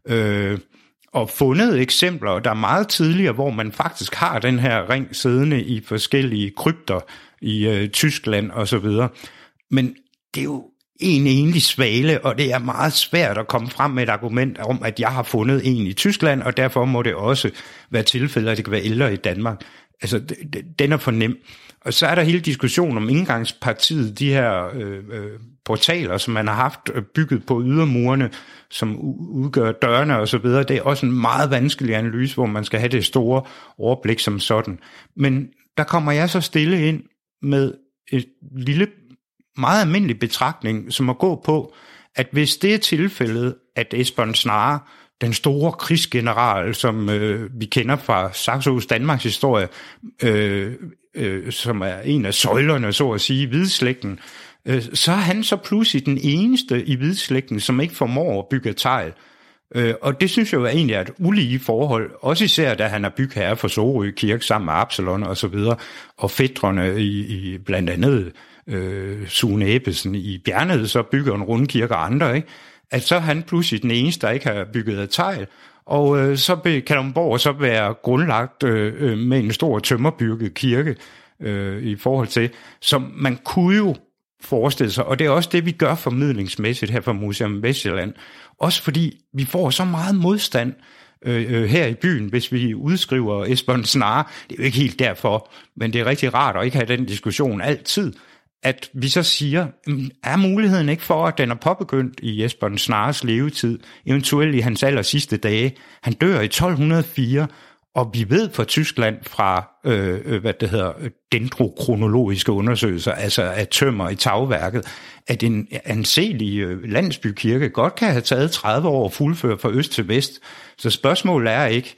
øh, og fundet eksempler, der er meget tidligere, hvor man faktisk har den her ring siddende i forskellige krypter i øh, Tyskland og så videre. Men det er jo en enlig svale, og det er meget svært at komme frem med et argument om, at jeg har fundet en i Tyskland, og derfor må det også være tilfælde, at det kan være ældre i Danmark. Altså, den er for nem. Og så er der hele diskussionen om indgangspartiet, de her øh, øh, portaler, som man har haft bygget på ydermurene, som udgør dørene og så videre. Det er også en meget vanskelig analyse, hvor man skal have det store overblik som sådan. Men der kommer jeg så stille ind med et lille, meget almindelig betragtning, som at gå på, at hvis det er tilfældet, at Esbern Snare, den store krigsgeneral, som øh, vi kender fra Saxos Danmarks historie, øh, øh, som er en af søjlerne, så at sige, i hvidslægten, øh, så er han så pludselig den eneste i hvidslægten, som ikke formår at bygge tegl. Øh, og det synes jeg jo egentlig er et ulige forhold, også især da han er bygherre for Sorø Kirke sammen med Absalon og så videre, og fætrene i, i blandt andet øh, Sune Ebbesen i Bjernede, så bygger en rundkirke og andre, ikke? At så er han pludselig den eneste, der ikke har bygget af tegl, og øh, så vil Kalundborg så være grundlagt øh, med en stor tømmerbygget kirke øh, i forhold til, som man kunne jo forestille sig, og det er også det, vi gør formidlingsmæssigt her fra Museum Vestjylland, også fordi vi får så meget modstand øh, her i byen, hvis vi udskriver Esbern Snare. Det er jo ikke helt derfor, men det er rigtig rart at ikke have den diskussion altid, at vi så siger, er muligheden ikke for, at den er påbegyndt i Esbern Snares levetid, eventuelt i hans aller sidste dage. Han dør i tolv hundrede og fire, og vi ved fra Tyskland fra, øh, hvad det hedder, dendrokronologiske undersøgelser, altså af tømmer i tagværket, at en anselig landsbykirke godt kan have taget tredive år at fuldføre fra øst til vest. Så spørgsmålet er ikke,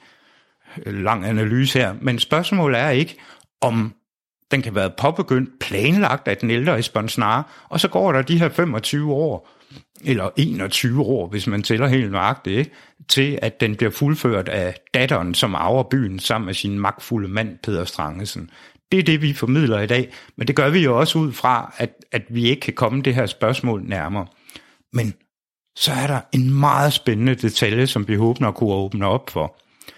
lang analyse her, men spørgsmålet er ikke, om den kan være påbegyndt, planlagt af den ældre Esbern Snare, og så går der de her femogtyve år, eller enogtyve år, hvis man tæller helt nøjagtigt, ikke? Til at den bliver fuldført af datteren, som arver byen sammen med sin magtfulde mand, Peder Strangesen. Det er det, vi formidler i dag, men det gør vi jo også ud fra, at, at vi ikke kan komme det her spørgsmål nærmere. Men så er der en meget spændende detalje, som vi håber at kunne åbne op for.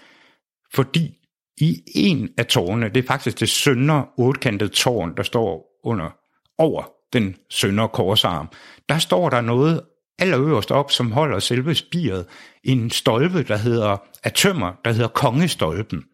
Fordi i en af tårnene, det er faktisk det søndre ottekantede tårn, der står under over den søndre korsarm, der står der noget allerøverst op, som holder selve spiret, en stolpe, der hedder, af tømmer, der hedder Kongestolpen.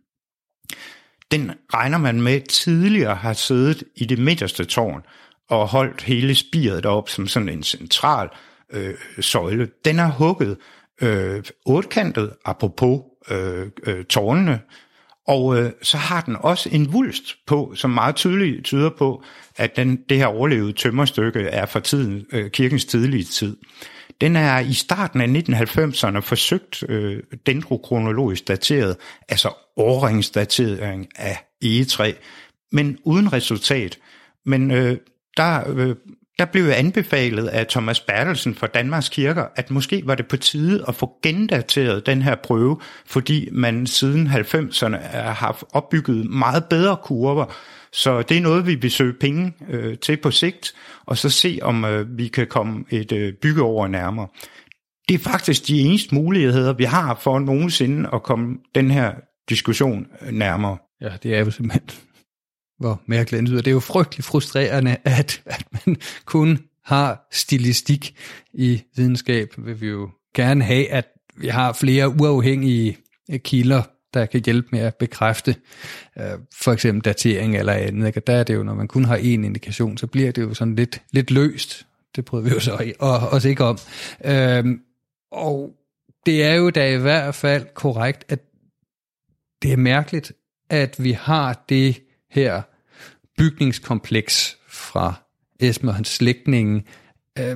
Den regner man med tidligere har siddet i det midterste tårn og holdt hele spiret derop som sådan en central øh, søjle. Den er hugget øh, ottekantet, apropos øh, øh, tårnene, og øh, så har den også en vulst på, som meget tydeligt tyder på, at den, det her overlevede tømmerstykke er fra tiden, øh, kirkens tidlige tid. Den er i starten af nitten halvfemserne forsøgt øh, dendrokronologisk dateret, altså årringsdatering af egetræ, men uden resultat. Men øh, der, øh, der blev anbefalet af Thomas Bertelsen fra Danmarks Kirker, at måske var det på tide at få gendateret den her prøve, fordi man siden halvfemserne har haft opbygget meget bedre kurver. Så det er noget, vi vil søge penge øh, til på sigt, og så se, om øh, vi kan komme et øh, byggeår nærmere. Det er faktisk de eneste muligheder, vi har for nogensinde at komme den her diskussion nærmere. Ja, det er jo simpelthen, hvor mærkeligt det lyder. Det er jo frygtelig frustrerende, at, at man kun har stilistik i videnskab. Vil vi jo gerne have, at vi har flere uafhængige kilder, der kan hjælpe med at bekræfte øh, for eksempel datering eller andet. Ikke? Der er det jo, når man kun har én indikation, så bliver det jo sådan lidt, lidt løst. Det prøver vi jo så også ikke om. Øhm, og det er jo da i hvert fald korrekt, at det er mærkeligt, at vi har det her bygningskompleks fra Esben og hans slægtninge øh,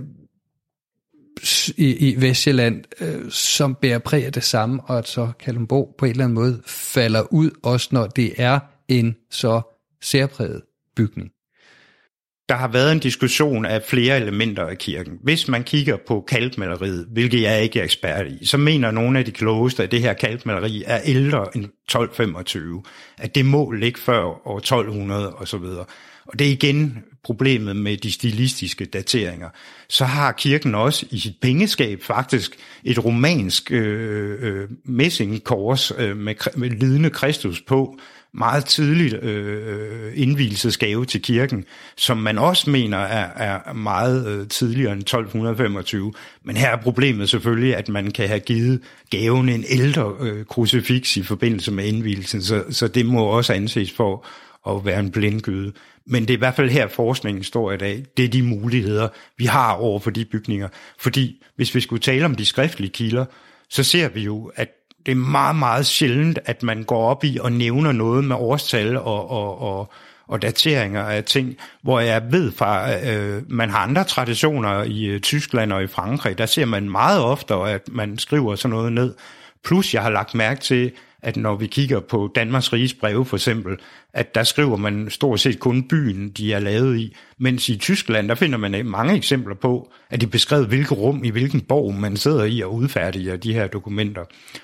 i, i Vestjylland, øh, som bærer præg af det samme, og at så Kalundborg på en eller anden måde falder ud, også når det er en så særpræget bygning. Der har været en diskussion af flere elementer af kirken. Hvis man kigger på kalkmaleriet, hvilket jeg ikke er ekspert i, så mener nogle af de klogeste, at det her kalkmaleri er ældre end tolv femogtyve. At det må ligge før år tolv hundrede og så videre. Og det er igen problemet med de stilistiske dateringer. Så har kirken også i sit pengeskab faktisk et romansk øh, øh, messingkors øh, med, med lidende Kristus på, meget tidligt øh, indvielsesgave til kirken, som man også mener er, er meget øh, tidligere end tolv femogtyve. Men her er problemet selvfølgelig, at man kan have givet gaven en ældre øh, krucifiks i forbindelse med indvielsen, så, så det må også anses for at være en blindgyde. Men det er i hvert fald her, forskningen står i dag. Det er de muligheder, vi har over for de bygninger. Fordi hvis vi skulle tale om de skriftlige kilder, så ser vi jo, at det er meget, meget sjældent, at man går op i og nævner noget med årstal og, og, og, og dateringer af ting, hvor jeg ved fra, øh, man har andre traditioner i øh, Tyskland og i Frankrig, der ser man meget ofte, at man skriver sådan noget ned. Plus jeg har lagt mærke til, at når vi kigger på Danmarks Riges breve for eksempel, at der skriver man stort set kun byen, de er lavet i, mens i Tyskland, der finder man mange eksempler på, at de beskrevet, hvilket rum i hvilken borg man sidder i og udfærdiger de her dokumenter.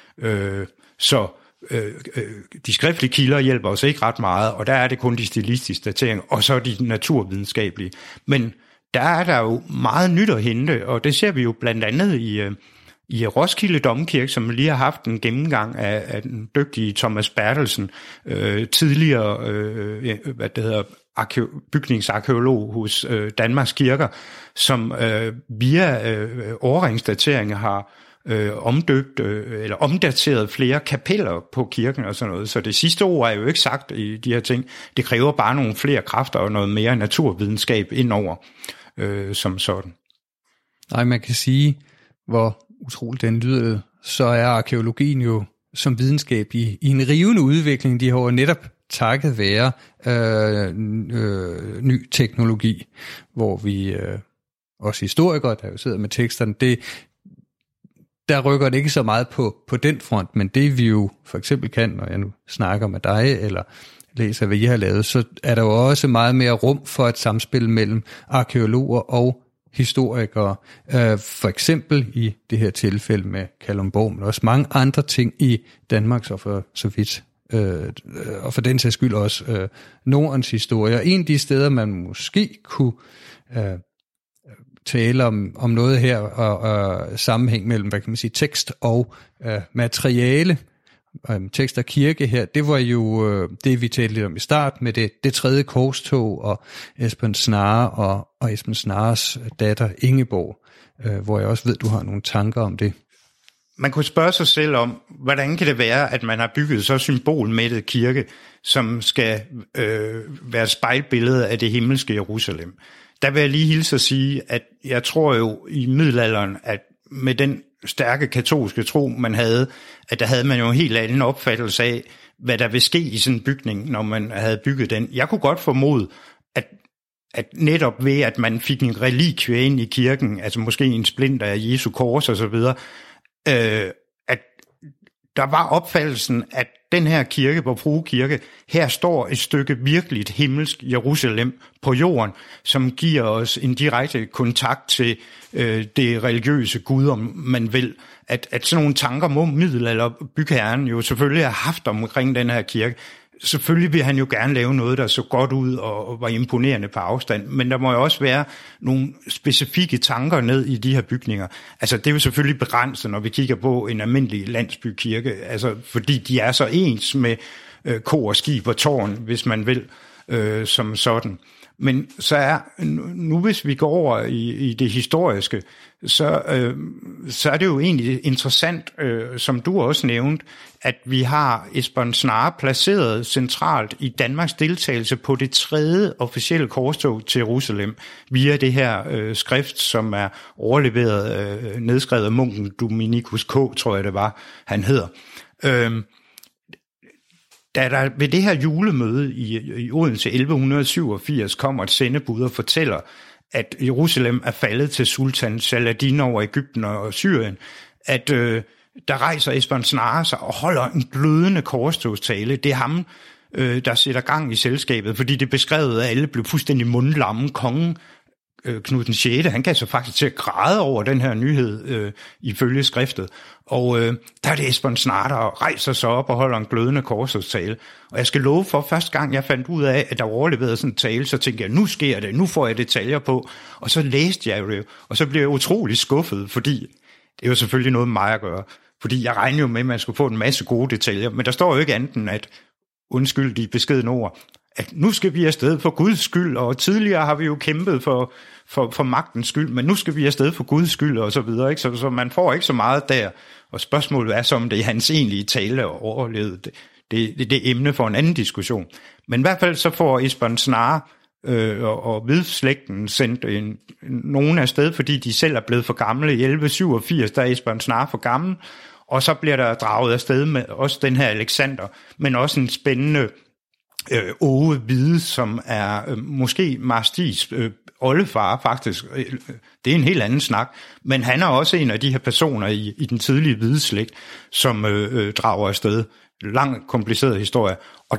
Øh, så øh, øh, de skriftlige kilder hjælper os ikke ret meget, og der er det kun de stilistiske dateringer, og så de naturvidenskabelige. Men der er der jo meget nyt at hente, og det ser vi jo blandt andet i, øh, i Roskilde Domkirke, som lige har haft en gennemgang af, af den dygtige Thomas Bertelsen, øh, tidligere øh, hvad det hedder, arke- bygningsarkeolog hos øh, Danmarks Kirker, som øh, via øh, årringsdateringer har Øh, omdøbt øh, eller omdateret flere kapeller på kirken og sådan noget. Så det sidste ord er jo ikke sagt i de her ting. Det kræver bare nogle flere kræfter og noget mere naturvidenskab indover øh, som sådan. Nej, man kan sige, hvor utroligt den lyder, så er arkeologien jo som videnskab i, i en rivende udvikling. De har netop takket være øh, øh, ny teknologi, hvor vi øh, også historikere, der jo sidder med teksterne, det der rykker det ikke så meget på, på den front, men det vi jo for eksempel kan, når jeg nu snakker med dig, eller læser, hvad I har lavet, så er der jo også meget mere rum for et samspil mellem arkeologer og historikere. For eksempel i det her tilfælde med Kalundborg, men også mange andre ting i Danmark, og for så vidt, og for den sags skyld også Nordens historie. En af de steder, man måske kunne tale om, om noget her, og, og sammenhæng mellem, hvad kan man sige, tekst og øh, materiale, øhm, tekster kirke her, det var jo øh, det, vi talte lidt om i start, med det, det tredje korstog, og Esben Snare og, og Esben Snares datter Ingeborg, øh, hvor jeg også ved, du har nogle tanker om det. Man kunne spørge sig selv om, hvordan kan det være, at man har bygget så symbolmættet kirke, som skal øh, være et spejlbillede af det himmelske Jerusalem. Der vil jeg lige hilse at sige, at jeg tror jo i middelalderen, at med den stærke katolske tro, man havde, at der havde man jo en helt anden opfattelse af, hvad der vil ske i sådan en bygning, når man havde bygget den. Jeg kunne godt formode, at, at netop ved, at man fik en relikvie ind i kirken, altså måske en splinter af Jesu kors og så videre, øh, at der var opfattelsen, at den her kirke, Vor Frue Kirke, her står et stykke virkeligt himmelsk Jerusalem på jorden, som giver os en direkte kontakt til øh, det religiøse Gud, om man vil. At, at sådan nogle tanker må middelalderbygherren jo selvfølgelig have haft omkring den her kirke. Selvfølgelig vil han jo gerne lave noget, der så godt ud og var imponerende på afstand, men der må jo også være nogle specifikke tanker ned i de her bygninger. Altså det er jo selvfølgelig begrænset, når vi kigger på en almindelig landsbykirke, altså fordi de er så ens med øh, kor, skib og tårn, hvis man vil, øh, som sådan. Men så er, nu hvis vi går over i, i det historiske, så, øh, så er det jo egentlig interessant, øh, som du også nævnte, at vi har Esben Snare placeret centralt i Danmarks deltagelse på det tredje officielle korstog til Jerusalem, via det her øh, skrift, som er overleveret, øh, nedskrevet af munken Dominicus K., tror jeg det var, han hedder. Øh, Da der ved det her julemøde i, i Odense elleve syvogfirs kommer et sendebud og fortæller, at Jerusalem er faldet til sultan Saladin over Egypten og Syrien, at øh, der rejser Esben Snare sig og holder en glødende korstogstale. Det er ham, øh, der sætter gang i selskabet, fordi det er beskrevet, at alle blev fuldstændig mundlamme. Kongen, øh, Knud den sjette, han kan så faktisk til at græde over den her nyhed øh, ifølge skriftet. Og øh, der er det Esben Snare, der rejser sig op og holder en glødende korstogstale. Og jeg skal love for, første gang jeg fandt ud af, at der var overleveret sådan en tale, så tænkte jeg, nu sker det, nu får jeg detaljer på. Og så læste jeg det, og så blev jeg utrolig skuffet, fordi det er jo selvfølgelig noget med mig at gøre. Fordi jeg regnede jo med, at man skulle få en masse gode detaljer, men der står jo ikke andet end, at undskyld de beskedne ord, at nu skal vi afsted for Guds skyld, og tidligere har vi jo kæmpet for, for, for magtens skyld, men nu skal vi afsted for Guds skyld, og så videre, ikke? Så, så man får ikke så meget der, og spørgsmålet er så, om det er hans egentlige tale og overlevet. Det, det, det, det er emne for en anden diskussion. Men i hvert fald så får Esben Snare øh, og, og Hvidslægten sendt en, nogen afsted, fordi de selv er blevet for gamle. I elleve syvogfirs, der er Esben Snare for gammel, og så bliver der draget afsted med også den her Alexander, men også en spændende øh, Åge Hvide, som er øh, måske Marstis øh, oldefar faktisk. Det er en helt anden snak, men han er også en af de her personer i, i den tidlige hvide slægt, som øh, øh, drager afsted. Lang, kompliceret historie. Og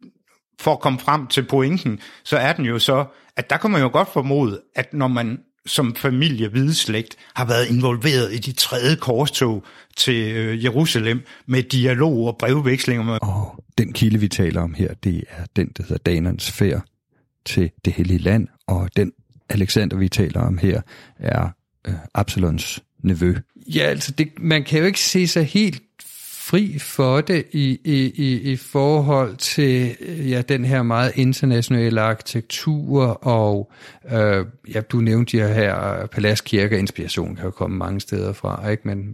for at komme frem til pointen, så er den jo så, at der kan man jo godt formode, at når man som familie hvideslægt har været involveret i de tredje korstog til øh, Jerusalem med dialog og brevvekslinger. Med... Og den kilde, vi taler om her, det er den, der hedder Danernes færd til det hellige land, og den Alexander, vi taler om her, er øh, Absalons nevø. Ja, altså, det, man kan jo ikke se sig helt fri for det i, i, i, i forhold til ja, den her meget internationale arkitektur, og øh, ja, du nævnte de her paladskirker, inspiration kan jo komme mange steder fra, ikke? Men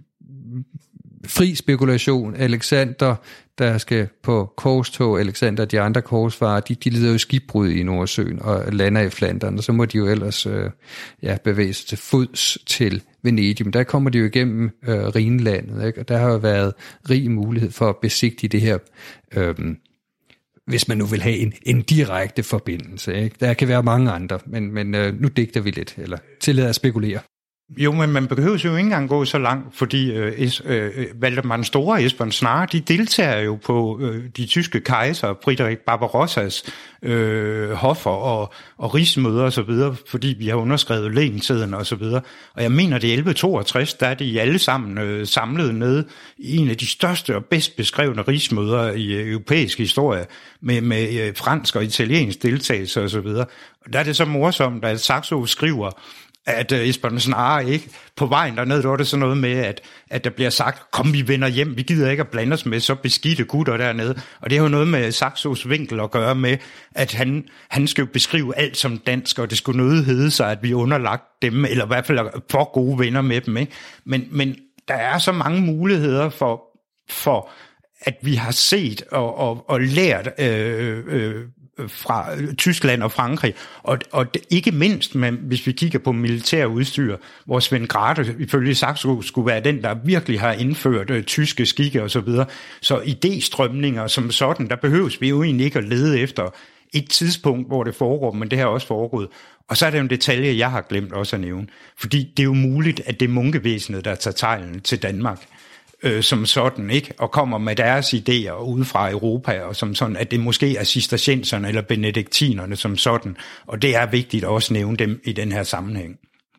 fri spekulation, Alexander, der skal på korstog, Alexander og de andre korsfarer, de, de lider jo skibbrud i Nordsøen og lander i Flandern, og så må de jo ellers øh, ja, bevæge sig til fods til Venedig, men der kommer de jo igennem øh, Rhinlandet, ikke? Og der har jo været rig mulighed for at besigtige det her, øh, hvis man nu vil have en, en direkte forbindelse, ikke? Der kan være mange andre, men, men øh, nu digter vi lidt, eller tillader at spekulere. Jo, men man behøver jo ikke engang gå så langt, fordi øh, es, øh, Valdemar den Store og Esben Snare, de deltager jo på øh, de tyske kejser, Friedrich Barbarossas øh, hoffer og, og rigsmøder og så videre, fordi vi har underskrevet Lehntiden og så videre. Og jeg mener, det er elleve toogtres, der er de alle sammen øh, samlet ned i en af de største og bedst beskrevne rigsmøder i øh, europæisk historie, med, med øh, fransk og italiensk deltagelse og så videre. Og der er det så morsomt, at Saxo skriver, at uh, Esbern Snare, ikke? På vejen derned, der var det sådan noget med, at, at der bliver sagt, kom, vi vender hjem, vi gider ikke at blande os med så beskidte gutter dernede. Og det har jo noget med Saxos vinkel at gøre med, at han, han skal jo beskrive alt som dansk, og det skulle noget hedde sig, at vi er underlagt dem, eller i hvert fald for gode venner med dem, ikke? Men, men der er så mange muligheder for, for at vi har set og, og, og lært øh, øh, fra Tyskland og Frankrig, og, og ikke mindst, men hvis vi kigger på militær udstyr, hvor Svend Grathe ifølge Saxo skulle være den, der virkelig har indført øh, tyske skikke og så videre. Så idéstrømninger som sådan, der behøves vi jo egentlig ikke at lede efter et tidspunkt, hvor det foregår, men det har også foregået. Og så er det jo en detalje, jeg har glemt også at nævne, fordi det er jo muligt, at det er munkevæsenet, der tager teglen til Danmark, Øh, som sådan, ikke? Og kommer med deres idéer ude fra Europa, og som sådan, at det måske er cistercienserne eller benediktinerne som sådan, og det er vigtigt at også nævne dem i den her sammenhæng.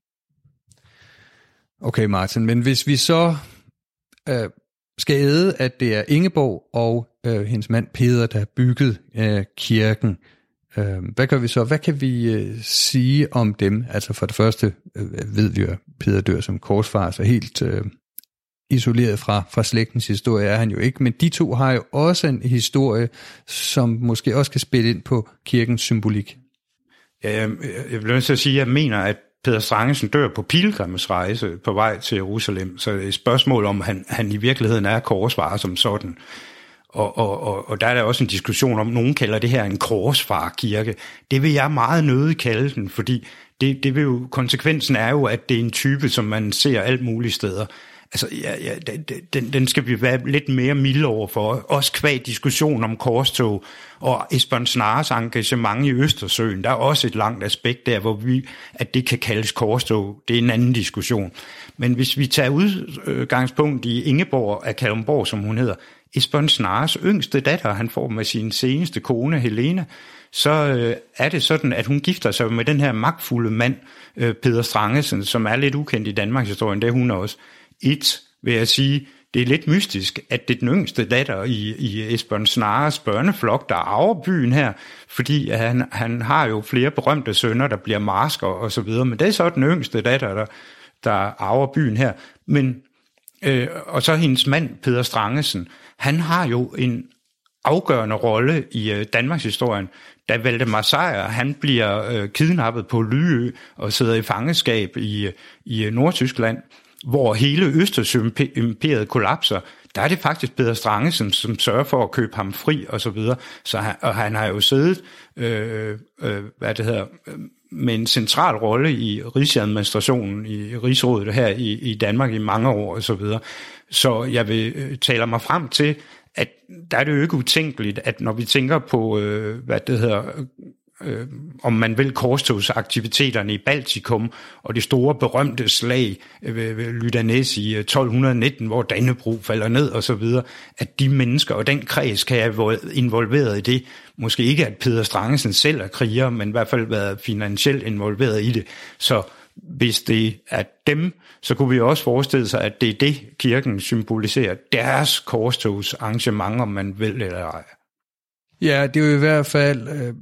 Okay, Martin, men hvis vi så øh, skal æde, at det er Ingeborg og øh, hendes mand Peder, der har bygget øh, kirken, øh, hvad gør vi så? Hvad kan vi øh, sige om dem? Altså for det første øh, ved vi jo, at Peder dør som korsfarer, så helt Øh, isoleret fra, fra slægtens historie er han jo ikke, men de to har jo også en historie, som måske også kan spille ind på kirkens symbolik. Ja, jeg, jeg vil nødt til at sige, at jeg mener, at Peder Strangesen dør på pilgrimsrejse på vej til Jerusalem, så det er et spørgsmål om, han, han i virkeligheden er korsfarer som sådan. Og, og, og, og der er der også en diskussion om, nogen kalder det her en korsfarerkirke. Det vil jeg meget nødig kalde den, fordi det, det vil jo, konsekvensen er jo, at det er en type, som man ser alt muligt steder. Altså, ja, ja, den, den skal vi være lidt mere milde over for. Også kvad diskussion om korstog og Esbern Snares engagement i Østersøen. Der er også et langt aspekt der, hvor vi, at det kan kaldes korstog. Det er en anden diskussion. Men hvis vi tager udgangspunkt i Ingeborg af Kalundborg, som hun hedder, Esbern Snares yngste datter, han får med sin seneste kone, Helene, så øh, er det sådan, at hun gifter sig med den her magtfulde mand, øh, Peder Strangesen, som er lidt ukendt i Danmarks historie, det er hun også. Et, vil jeg sige, det er lidt mystisk, at det er den yngste datter i, i Esbern Snares børneflok, der arver byen her, fordi han, han har jo flere berømte sønner, der bliver marsker og så videre, men det er så den yngste datter, der, der arver byen her. Men, øh, og så hendes mand, Peder Strangesen, han har jo en afgørende rolle i øh, Danmarks historien. Da Valdemar Sejr, han bliver øh, kidnappet på Lyø og sidder i fangeskab i, i Nordtyskland, hvor hele Østersøimperiet kollapser, der er det faktisk Peder Strangesen, som sørger for at købe ham fri og så videre. Så han, og han har jo siddet øh, øh, hvad det hedder, med en central rolle i rigsadministrationen, i rigsrådet her i, i Danmark i mange år og så videre. Så jeg vil øh, tale mig frem til, at der er det jo ikke utænkeligt, at når vi tænker på, øh, hvad det hedder, øh, om man vil korstogsaktiviteterne i Baltikum og det store berømte slag ved, ved Lydanæs i tolv nitten, hvor Dannebrog falder ned og så videre, at de mennesker og den kreds kan være involveret i det. Måske ikke, at Peder Strangesen selv er kriger, men i hvert fald været finansielt involveret i det. Så hvis det er dem, så kunne vi også forestille sig, at det er det, kirken symboliserer, deres korstogsarrangement, om man vil eller ej. Ja, det er jo i hvert fald øh,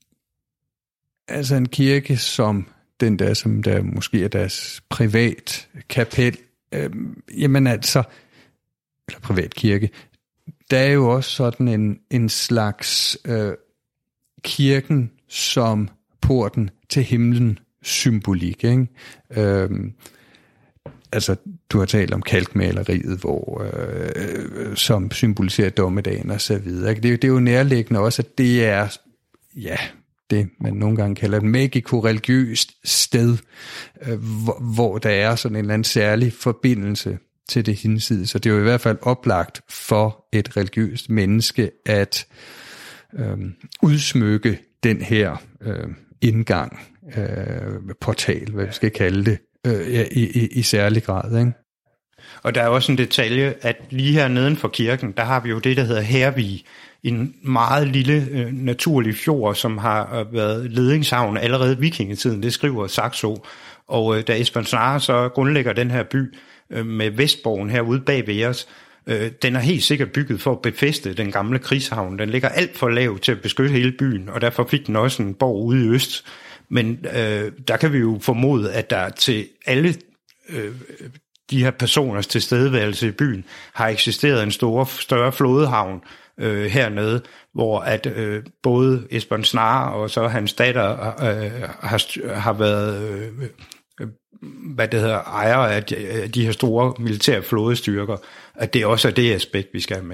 altså en kirke som den der, som der måske er deres privat kapel. Øh, jamen altså, eller privat kirke, der er jo også sådan en, en slags øh, kirken som porten til himlen symbolik, ikke? Øhm, altså, du har talt om kalkmaleriet, hvor, øh, som symboliserer dommedagen og så videre. Det er, det er jo nærliggende også, at det er, ja, det man nogle gange kalder et magiko-religiøst sted, øh, hvor, hvor der er sådan en eller anden særlig forbindelse til det hinsides. Så det er jo i hvert fald oplagt for et religiøst menneske at øh, udsmykke den her øh, indgang, Øh, portal, hvad vi skal kalde det, øh, i, i, i særlig grad, ikke? Og der er også en detalje, at lige her neden for kirken, der har vi jo det, der hedder Hervig, en meget lille øh, naturlig fjord, som har været ledningshavn allerede i vikingetiden, det skriver Saxo. Og øh, da Esbern Snare så grundlægger den her by øh, med Vestborgen herude bag ved os, øh, den er helt sikkert bygget for at befæste den gamle krigshavn. Den ligger alt for lav til at beskytte hele byen, og derfor fik den også en borg ude i øst. Men øh, der kan vi jo formode, at der til alle øh, de her personers tilstedeværelse i byen har eksisteret en stor, større flådehavn øh, hernede, hvor at øh, både Esbern Snare og så hans datter øh, har, har været øh, hvad det hedder, ejere af de, af de her store militære flådestyrker, at det også er det aspekt, vi skal have med.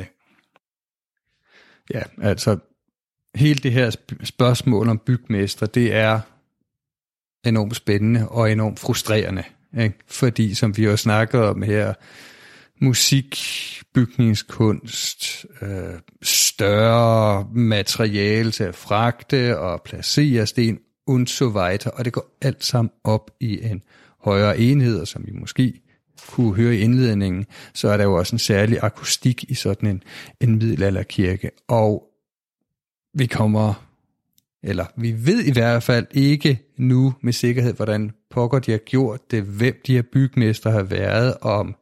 Ja, altså hele det her spørgsmål om bygmestre, det er enormt spændende og enormt frustrerende, ikke? Fordi som vi jo snakker om her, musik, bygningskunst, øh, større materiale til at fragte og placere sten, und so weiter, og det går alt sammen op i en højere enhed, og som vi måske kunne høre i indledningen, så er der jo også en særlig akustik i sådan en, en middelalderkirke, og vi kommer, eller vi ved i hvert fald ikke nu med sikkerhed, hvordan pokker de har gjort det, hvem de her bygmestre har været, om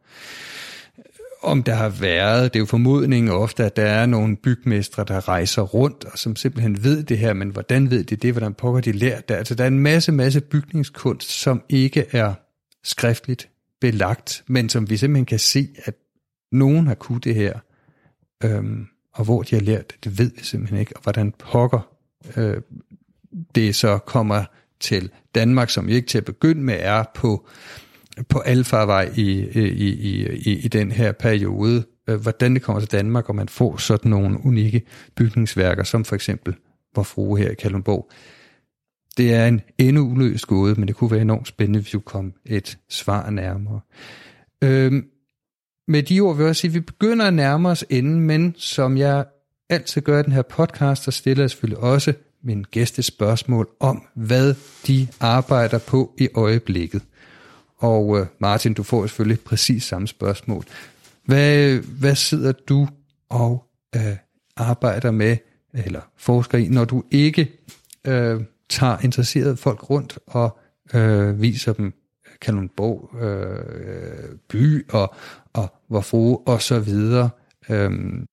om der har været, det er jo formodningen ofte, at der er nogle bygmestre, der rejser rundt, og som simpelthen ved det her, men hvordan ved de det, hvordan pokker de lært det? Altså der er en masse, masse bygningskunst, som ikke er skriftligt belagt, men som vi simpelthen kan se, at nogen har kunnet det her, øhm, og hvor de har lært det, det ved vi simpelthen ikke, og hvordan pokker øh, det så kommer til Danmark, som vi ikke til at begynde med er på på alfarvej i, i, i, i, i den her periode, hvordan det kommer til Danmark, og man får sådan nogle unikke bygningsværker, som for eksempel Vor Frue her i Kalundborg. Det er en endnu uløst gåde, men det kunne være enormt spændende, hvis vi kom et svar nærmere. Øhm, med de ord vil jeg sige, at vi begynder at nærme os enden, men som jeg altid gør i den her podcast, så stiller jeg selvfølgelig også min gæste spørgsmål om, hvad de arbejder på i øjeblikket. Og uh, Martin, du får selvfølgelig præcis samme spørgsmål. Hvad, hvad sidder du og uh, arbejder med, eller forsker i, når du ikke uh, tager interesserede folk rundt og uh, viser dem Kalundborg uh, by og, og Vor Frue og så videre? Um,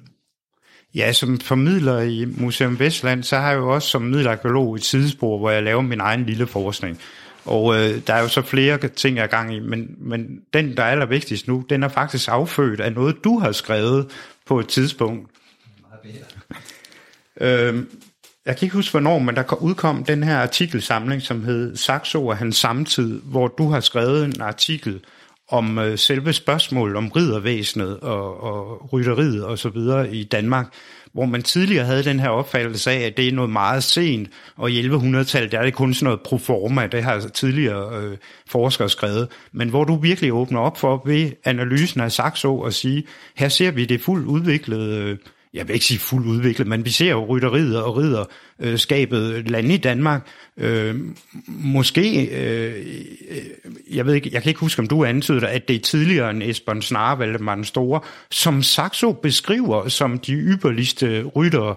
Ja, som formidler i Museum Vestland, så har jeg jo også som middelarkæolog et sidespor, hvor jeg laver min egen lille forskning. Og øh, der er jo så flere ting, jeg er gang i, men, men den, der er allervigtigst nu, den er faktisk affødt af noget, du har skrevet på et tidspunkt. øh, jeg kan ikke huske, hvornår, men der udkom den her artikelsamling, som hed Saxo og hans samtid, hvor du har skrevet en artikel om øh, selve spørgsmålet om riddervæsenet og, og rytteriet og så videre i Danmark, hvor man tidligere havde den her opfattelse af, at det er noget meget sent, og i elleve-hundrede-tallet der er det kun sådan noget proforma, det har tidligere øh, forskere skrevet, men hvor du virkelig åbner op for ved analysen af Saxo og sige, her ser vi det fuldt udviklet, øh, jeg vil ikke sige fuldt udviklet, men vi ser jo rytteriet og ridderskabet lande i Danmark. Øh, måske, øh, jeg ved ikke, jeg kan ikke huske, om du antydede, at det er tidligere end Esbern Snare, Valdemar den Store, som Saxo beskriver som de ypperligste ryttere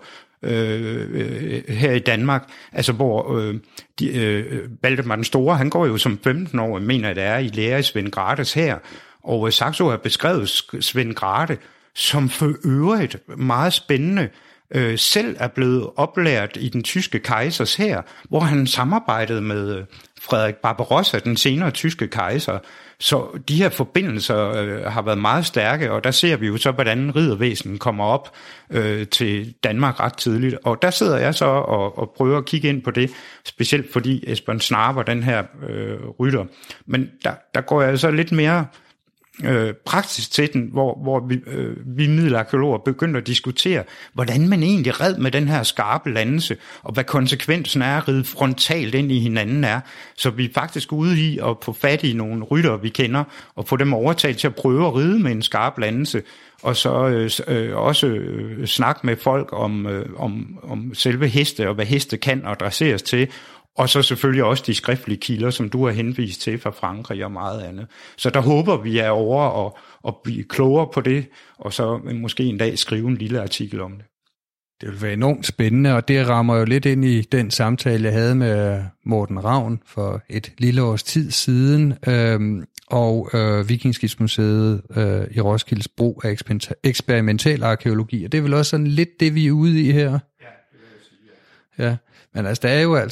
øh, her i Danmark. Altså hvor øh, de, øh, Valdemar den Store, han går jo som femten-årig, mener det er, i lære i Svend Grathes her, og øh, Saxo har beskrevet Svend Grathe, som for øvrigt meget spændende øh, selv er blevet oplært i den tyske kejsers hær, hvor han samarbejdede med øh, Frederik Barbarossa, den senere tyske kejser. Så de her forbindelser øh, har været meget stærke, og der ser vi jo så, hvordan riddervæsenet kommer op øh, til Danmark ret tidligt. Og der sidder jeg så og, og prøver at kigge ind på det, specielt fordi Esbern Snare var den her øh, rytter. Men der, der går jeg så lidt mere Øh, praktisk til den, hvor, hvor vi, øh, vi middelarkæologer begyndte at diskutere, hvordan man egentlig red med den her skarpe landelse, og hvad konsekvensen er at ride frontalt ind i hinanden er. Så vi er faktisk ude i at få fat i nogle ryttere, vi kender, og få dem overtalt til at prøve at ride med en skarp landelse, og så øh, også øh, snakke med folk om, øh, om, om selve heste, og hvad heste kan adresseres til, og så selvfølgelig også de skriftlige kilder, som du har henvist til fra Frankrig og meget andet. Så der håber vi er over og, og blive klogere på det, og så måske en dag skrive en lille artikel om det. Det vil være enormt spændende, og det rammer jo lidt ind i den samtale, jeg havde med Morten Ravn for et lille års tid siden, øhm, og øh, Vikingeskibsmuseet øh, i Roskildes brug af eksperimental arkeologi, og det er vel også sådan lidt det, vi er ude i her. Ja, det vil jeg sige, ja. Ja, men altså, der er jo altså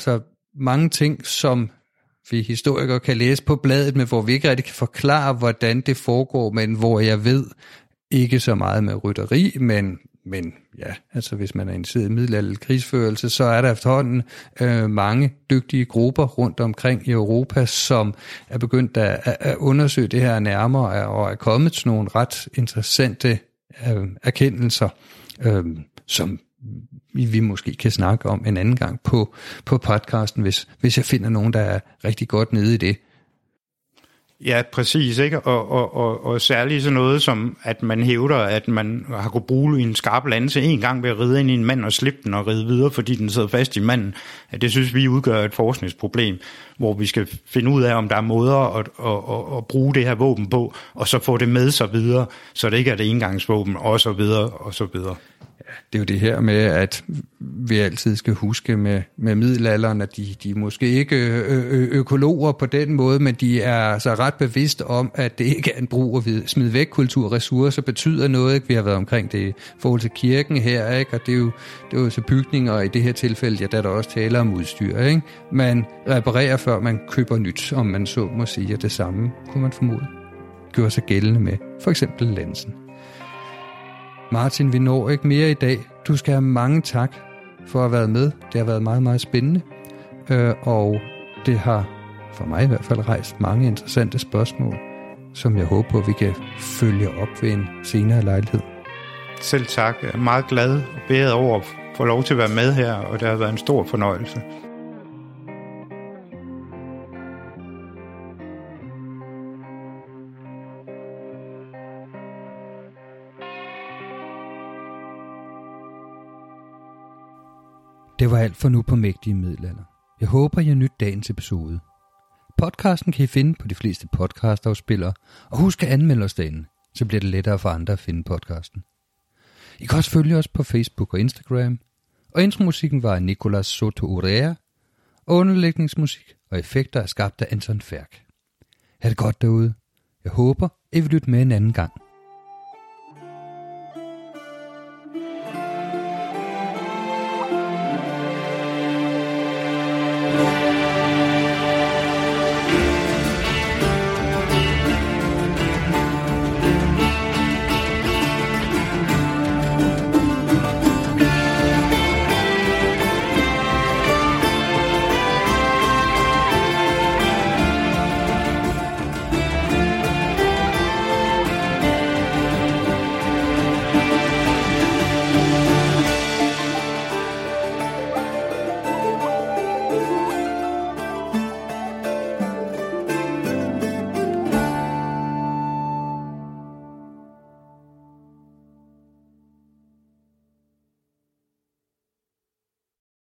mange ting, som vi historikere kan læse på bladet, men hvor vi ikke rigtig kan forklare, hvordan det foregår, men hvor jeg ved ikke så meget med rytteri, men, men ja, altså hvis man er interesseret i middelalderlig krigsførelse, så er der efterhånden øh, mange dygtige grupper rundt omkring i Europa, som er begyndt at, at, at undersøge det her nærmere, og er kommet til nogle ret interessante øh, erkendelser, øh, som vi måske kan snakke om en anden gang på, på podcasten, hvis, hvis jeg finder nogen, der er rigtig godt nede i det. Ja, præcis, ikke? Og, og, og, og særligt sådan noget som, at man hævder, at man har kunnet bruge en skarp lanse en gang ved at ride ind i en mand og slippe den og ride videre, fordi den sidder fast i manden. At det synes vi udgør et forskningsproblem, hvor vi skal finde ud af, om der er måder at, at, at, at bruge det her våben på, og så få det med sig videre, så det ikke er det engangsvåben, og så videre, og så videre. Det er jo det her med, at vi altid skal huske med, med middelalderen, at de, de er måske ikke ø- ø- økologer på den måde, men de er så ret bevidste om, at det ikke er en brug og smid væk kultur. Ressourcer betyder noget, ikke? Vi har været omkring det i forhold til kirken her, ikke? Og det er jo, det er jo så bygninger, og i det her tilfælde, ja, der er der også taler om udstyr, ikke? Man reparerer, før man køber nyt, om man så må sige, at det samme kunne man formode gjorde sig gældende med for eksempel lansen. Martin, vi når ikke mere i dag. Du skal have mange tak for at have været med. Det har været meget, meget spændende. Øh, og det har for mig i hvert fald rejst mange interessante spørgsmål, som jeg håber, vi kan følge op ved en senere lejlighed. Selv tak. Jeg er meget glad og beæret over at få lov til at være med her, og det har været en stor fornøjelse. Det var alt for nu på Mægtige Middelalder. Jeg håber, I nydt dagens episode. Podcasten kan I finde på de fleste podcastafspillere, og husk at anmelde os derinde, så bliver det lettere for andre at finde podcasten. I kan også følge os på Facebook og Instagram, og intromusikken var af Nicolas Soto Urea, og underlægningsmusik og effekter er skabt af Anton Færk. Ha' det godt derude. Jeg håber, I vil lytte med en anden gang.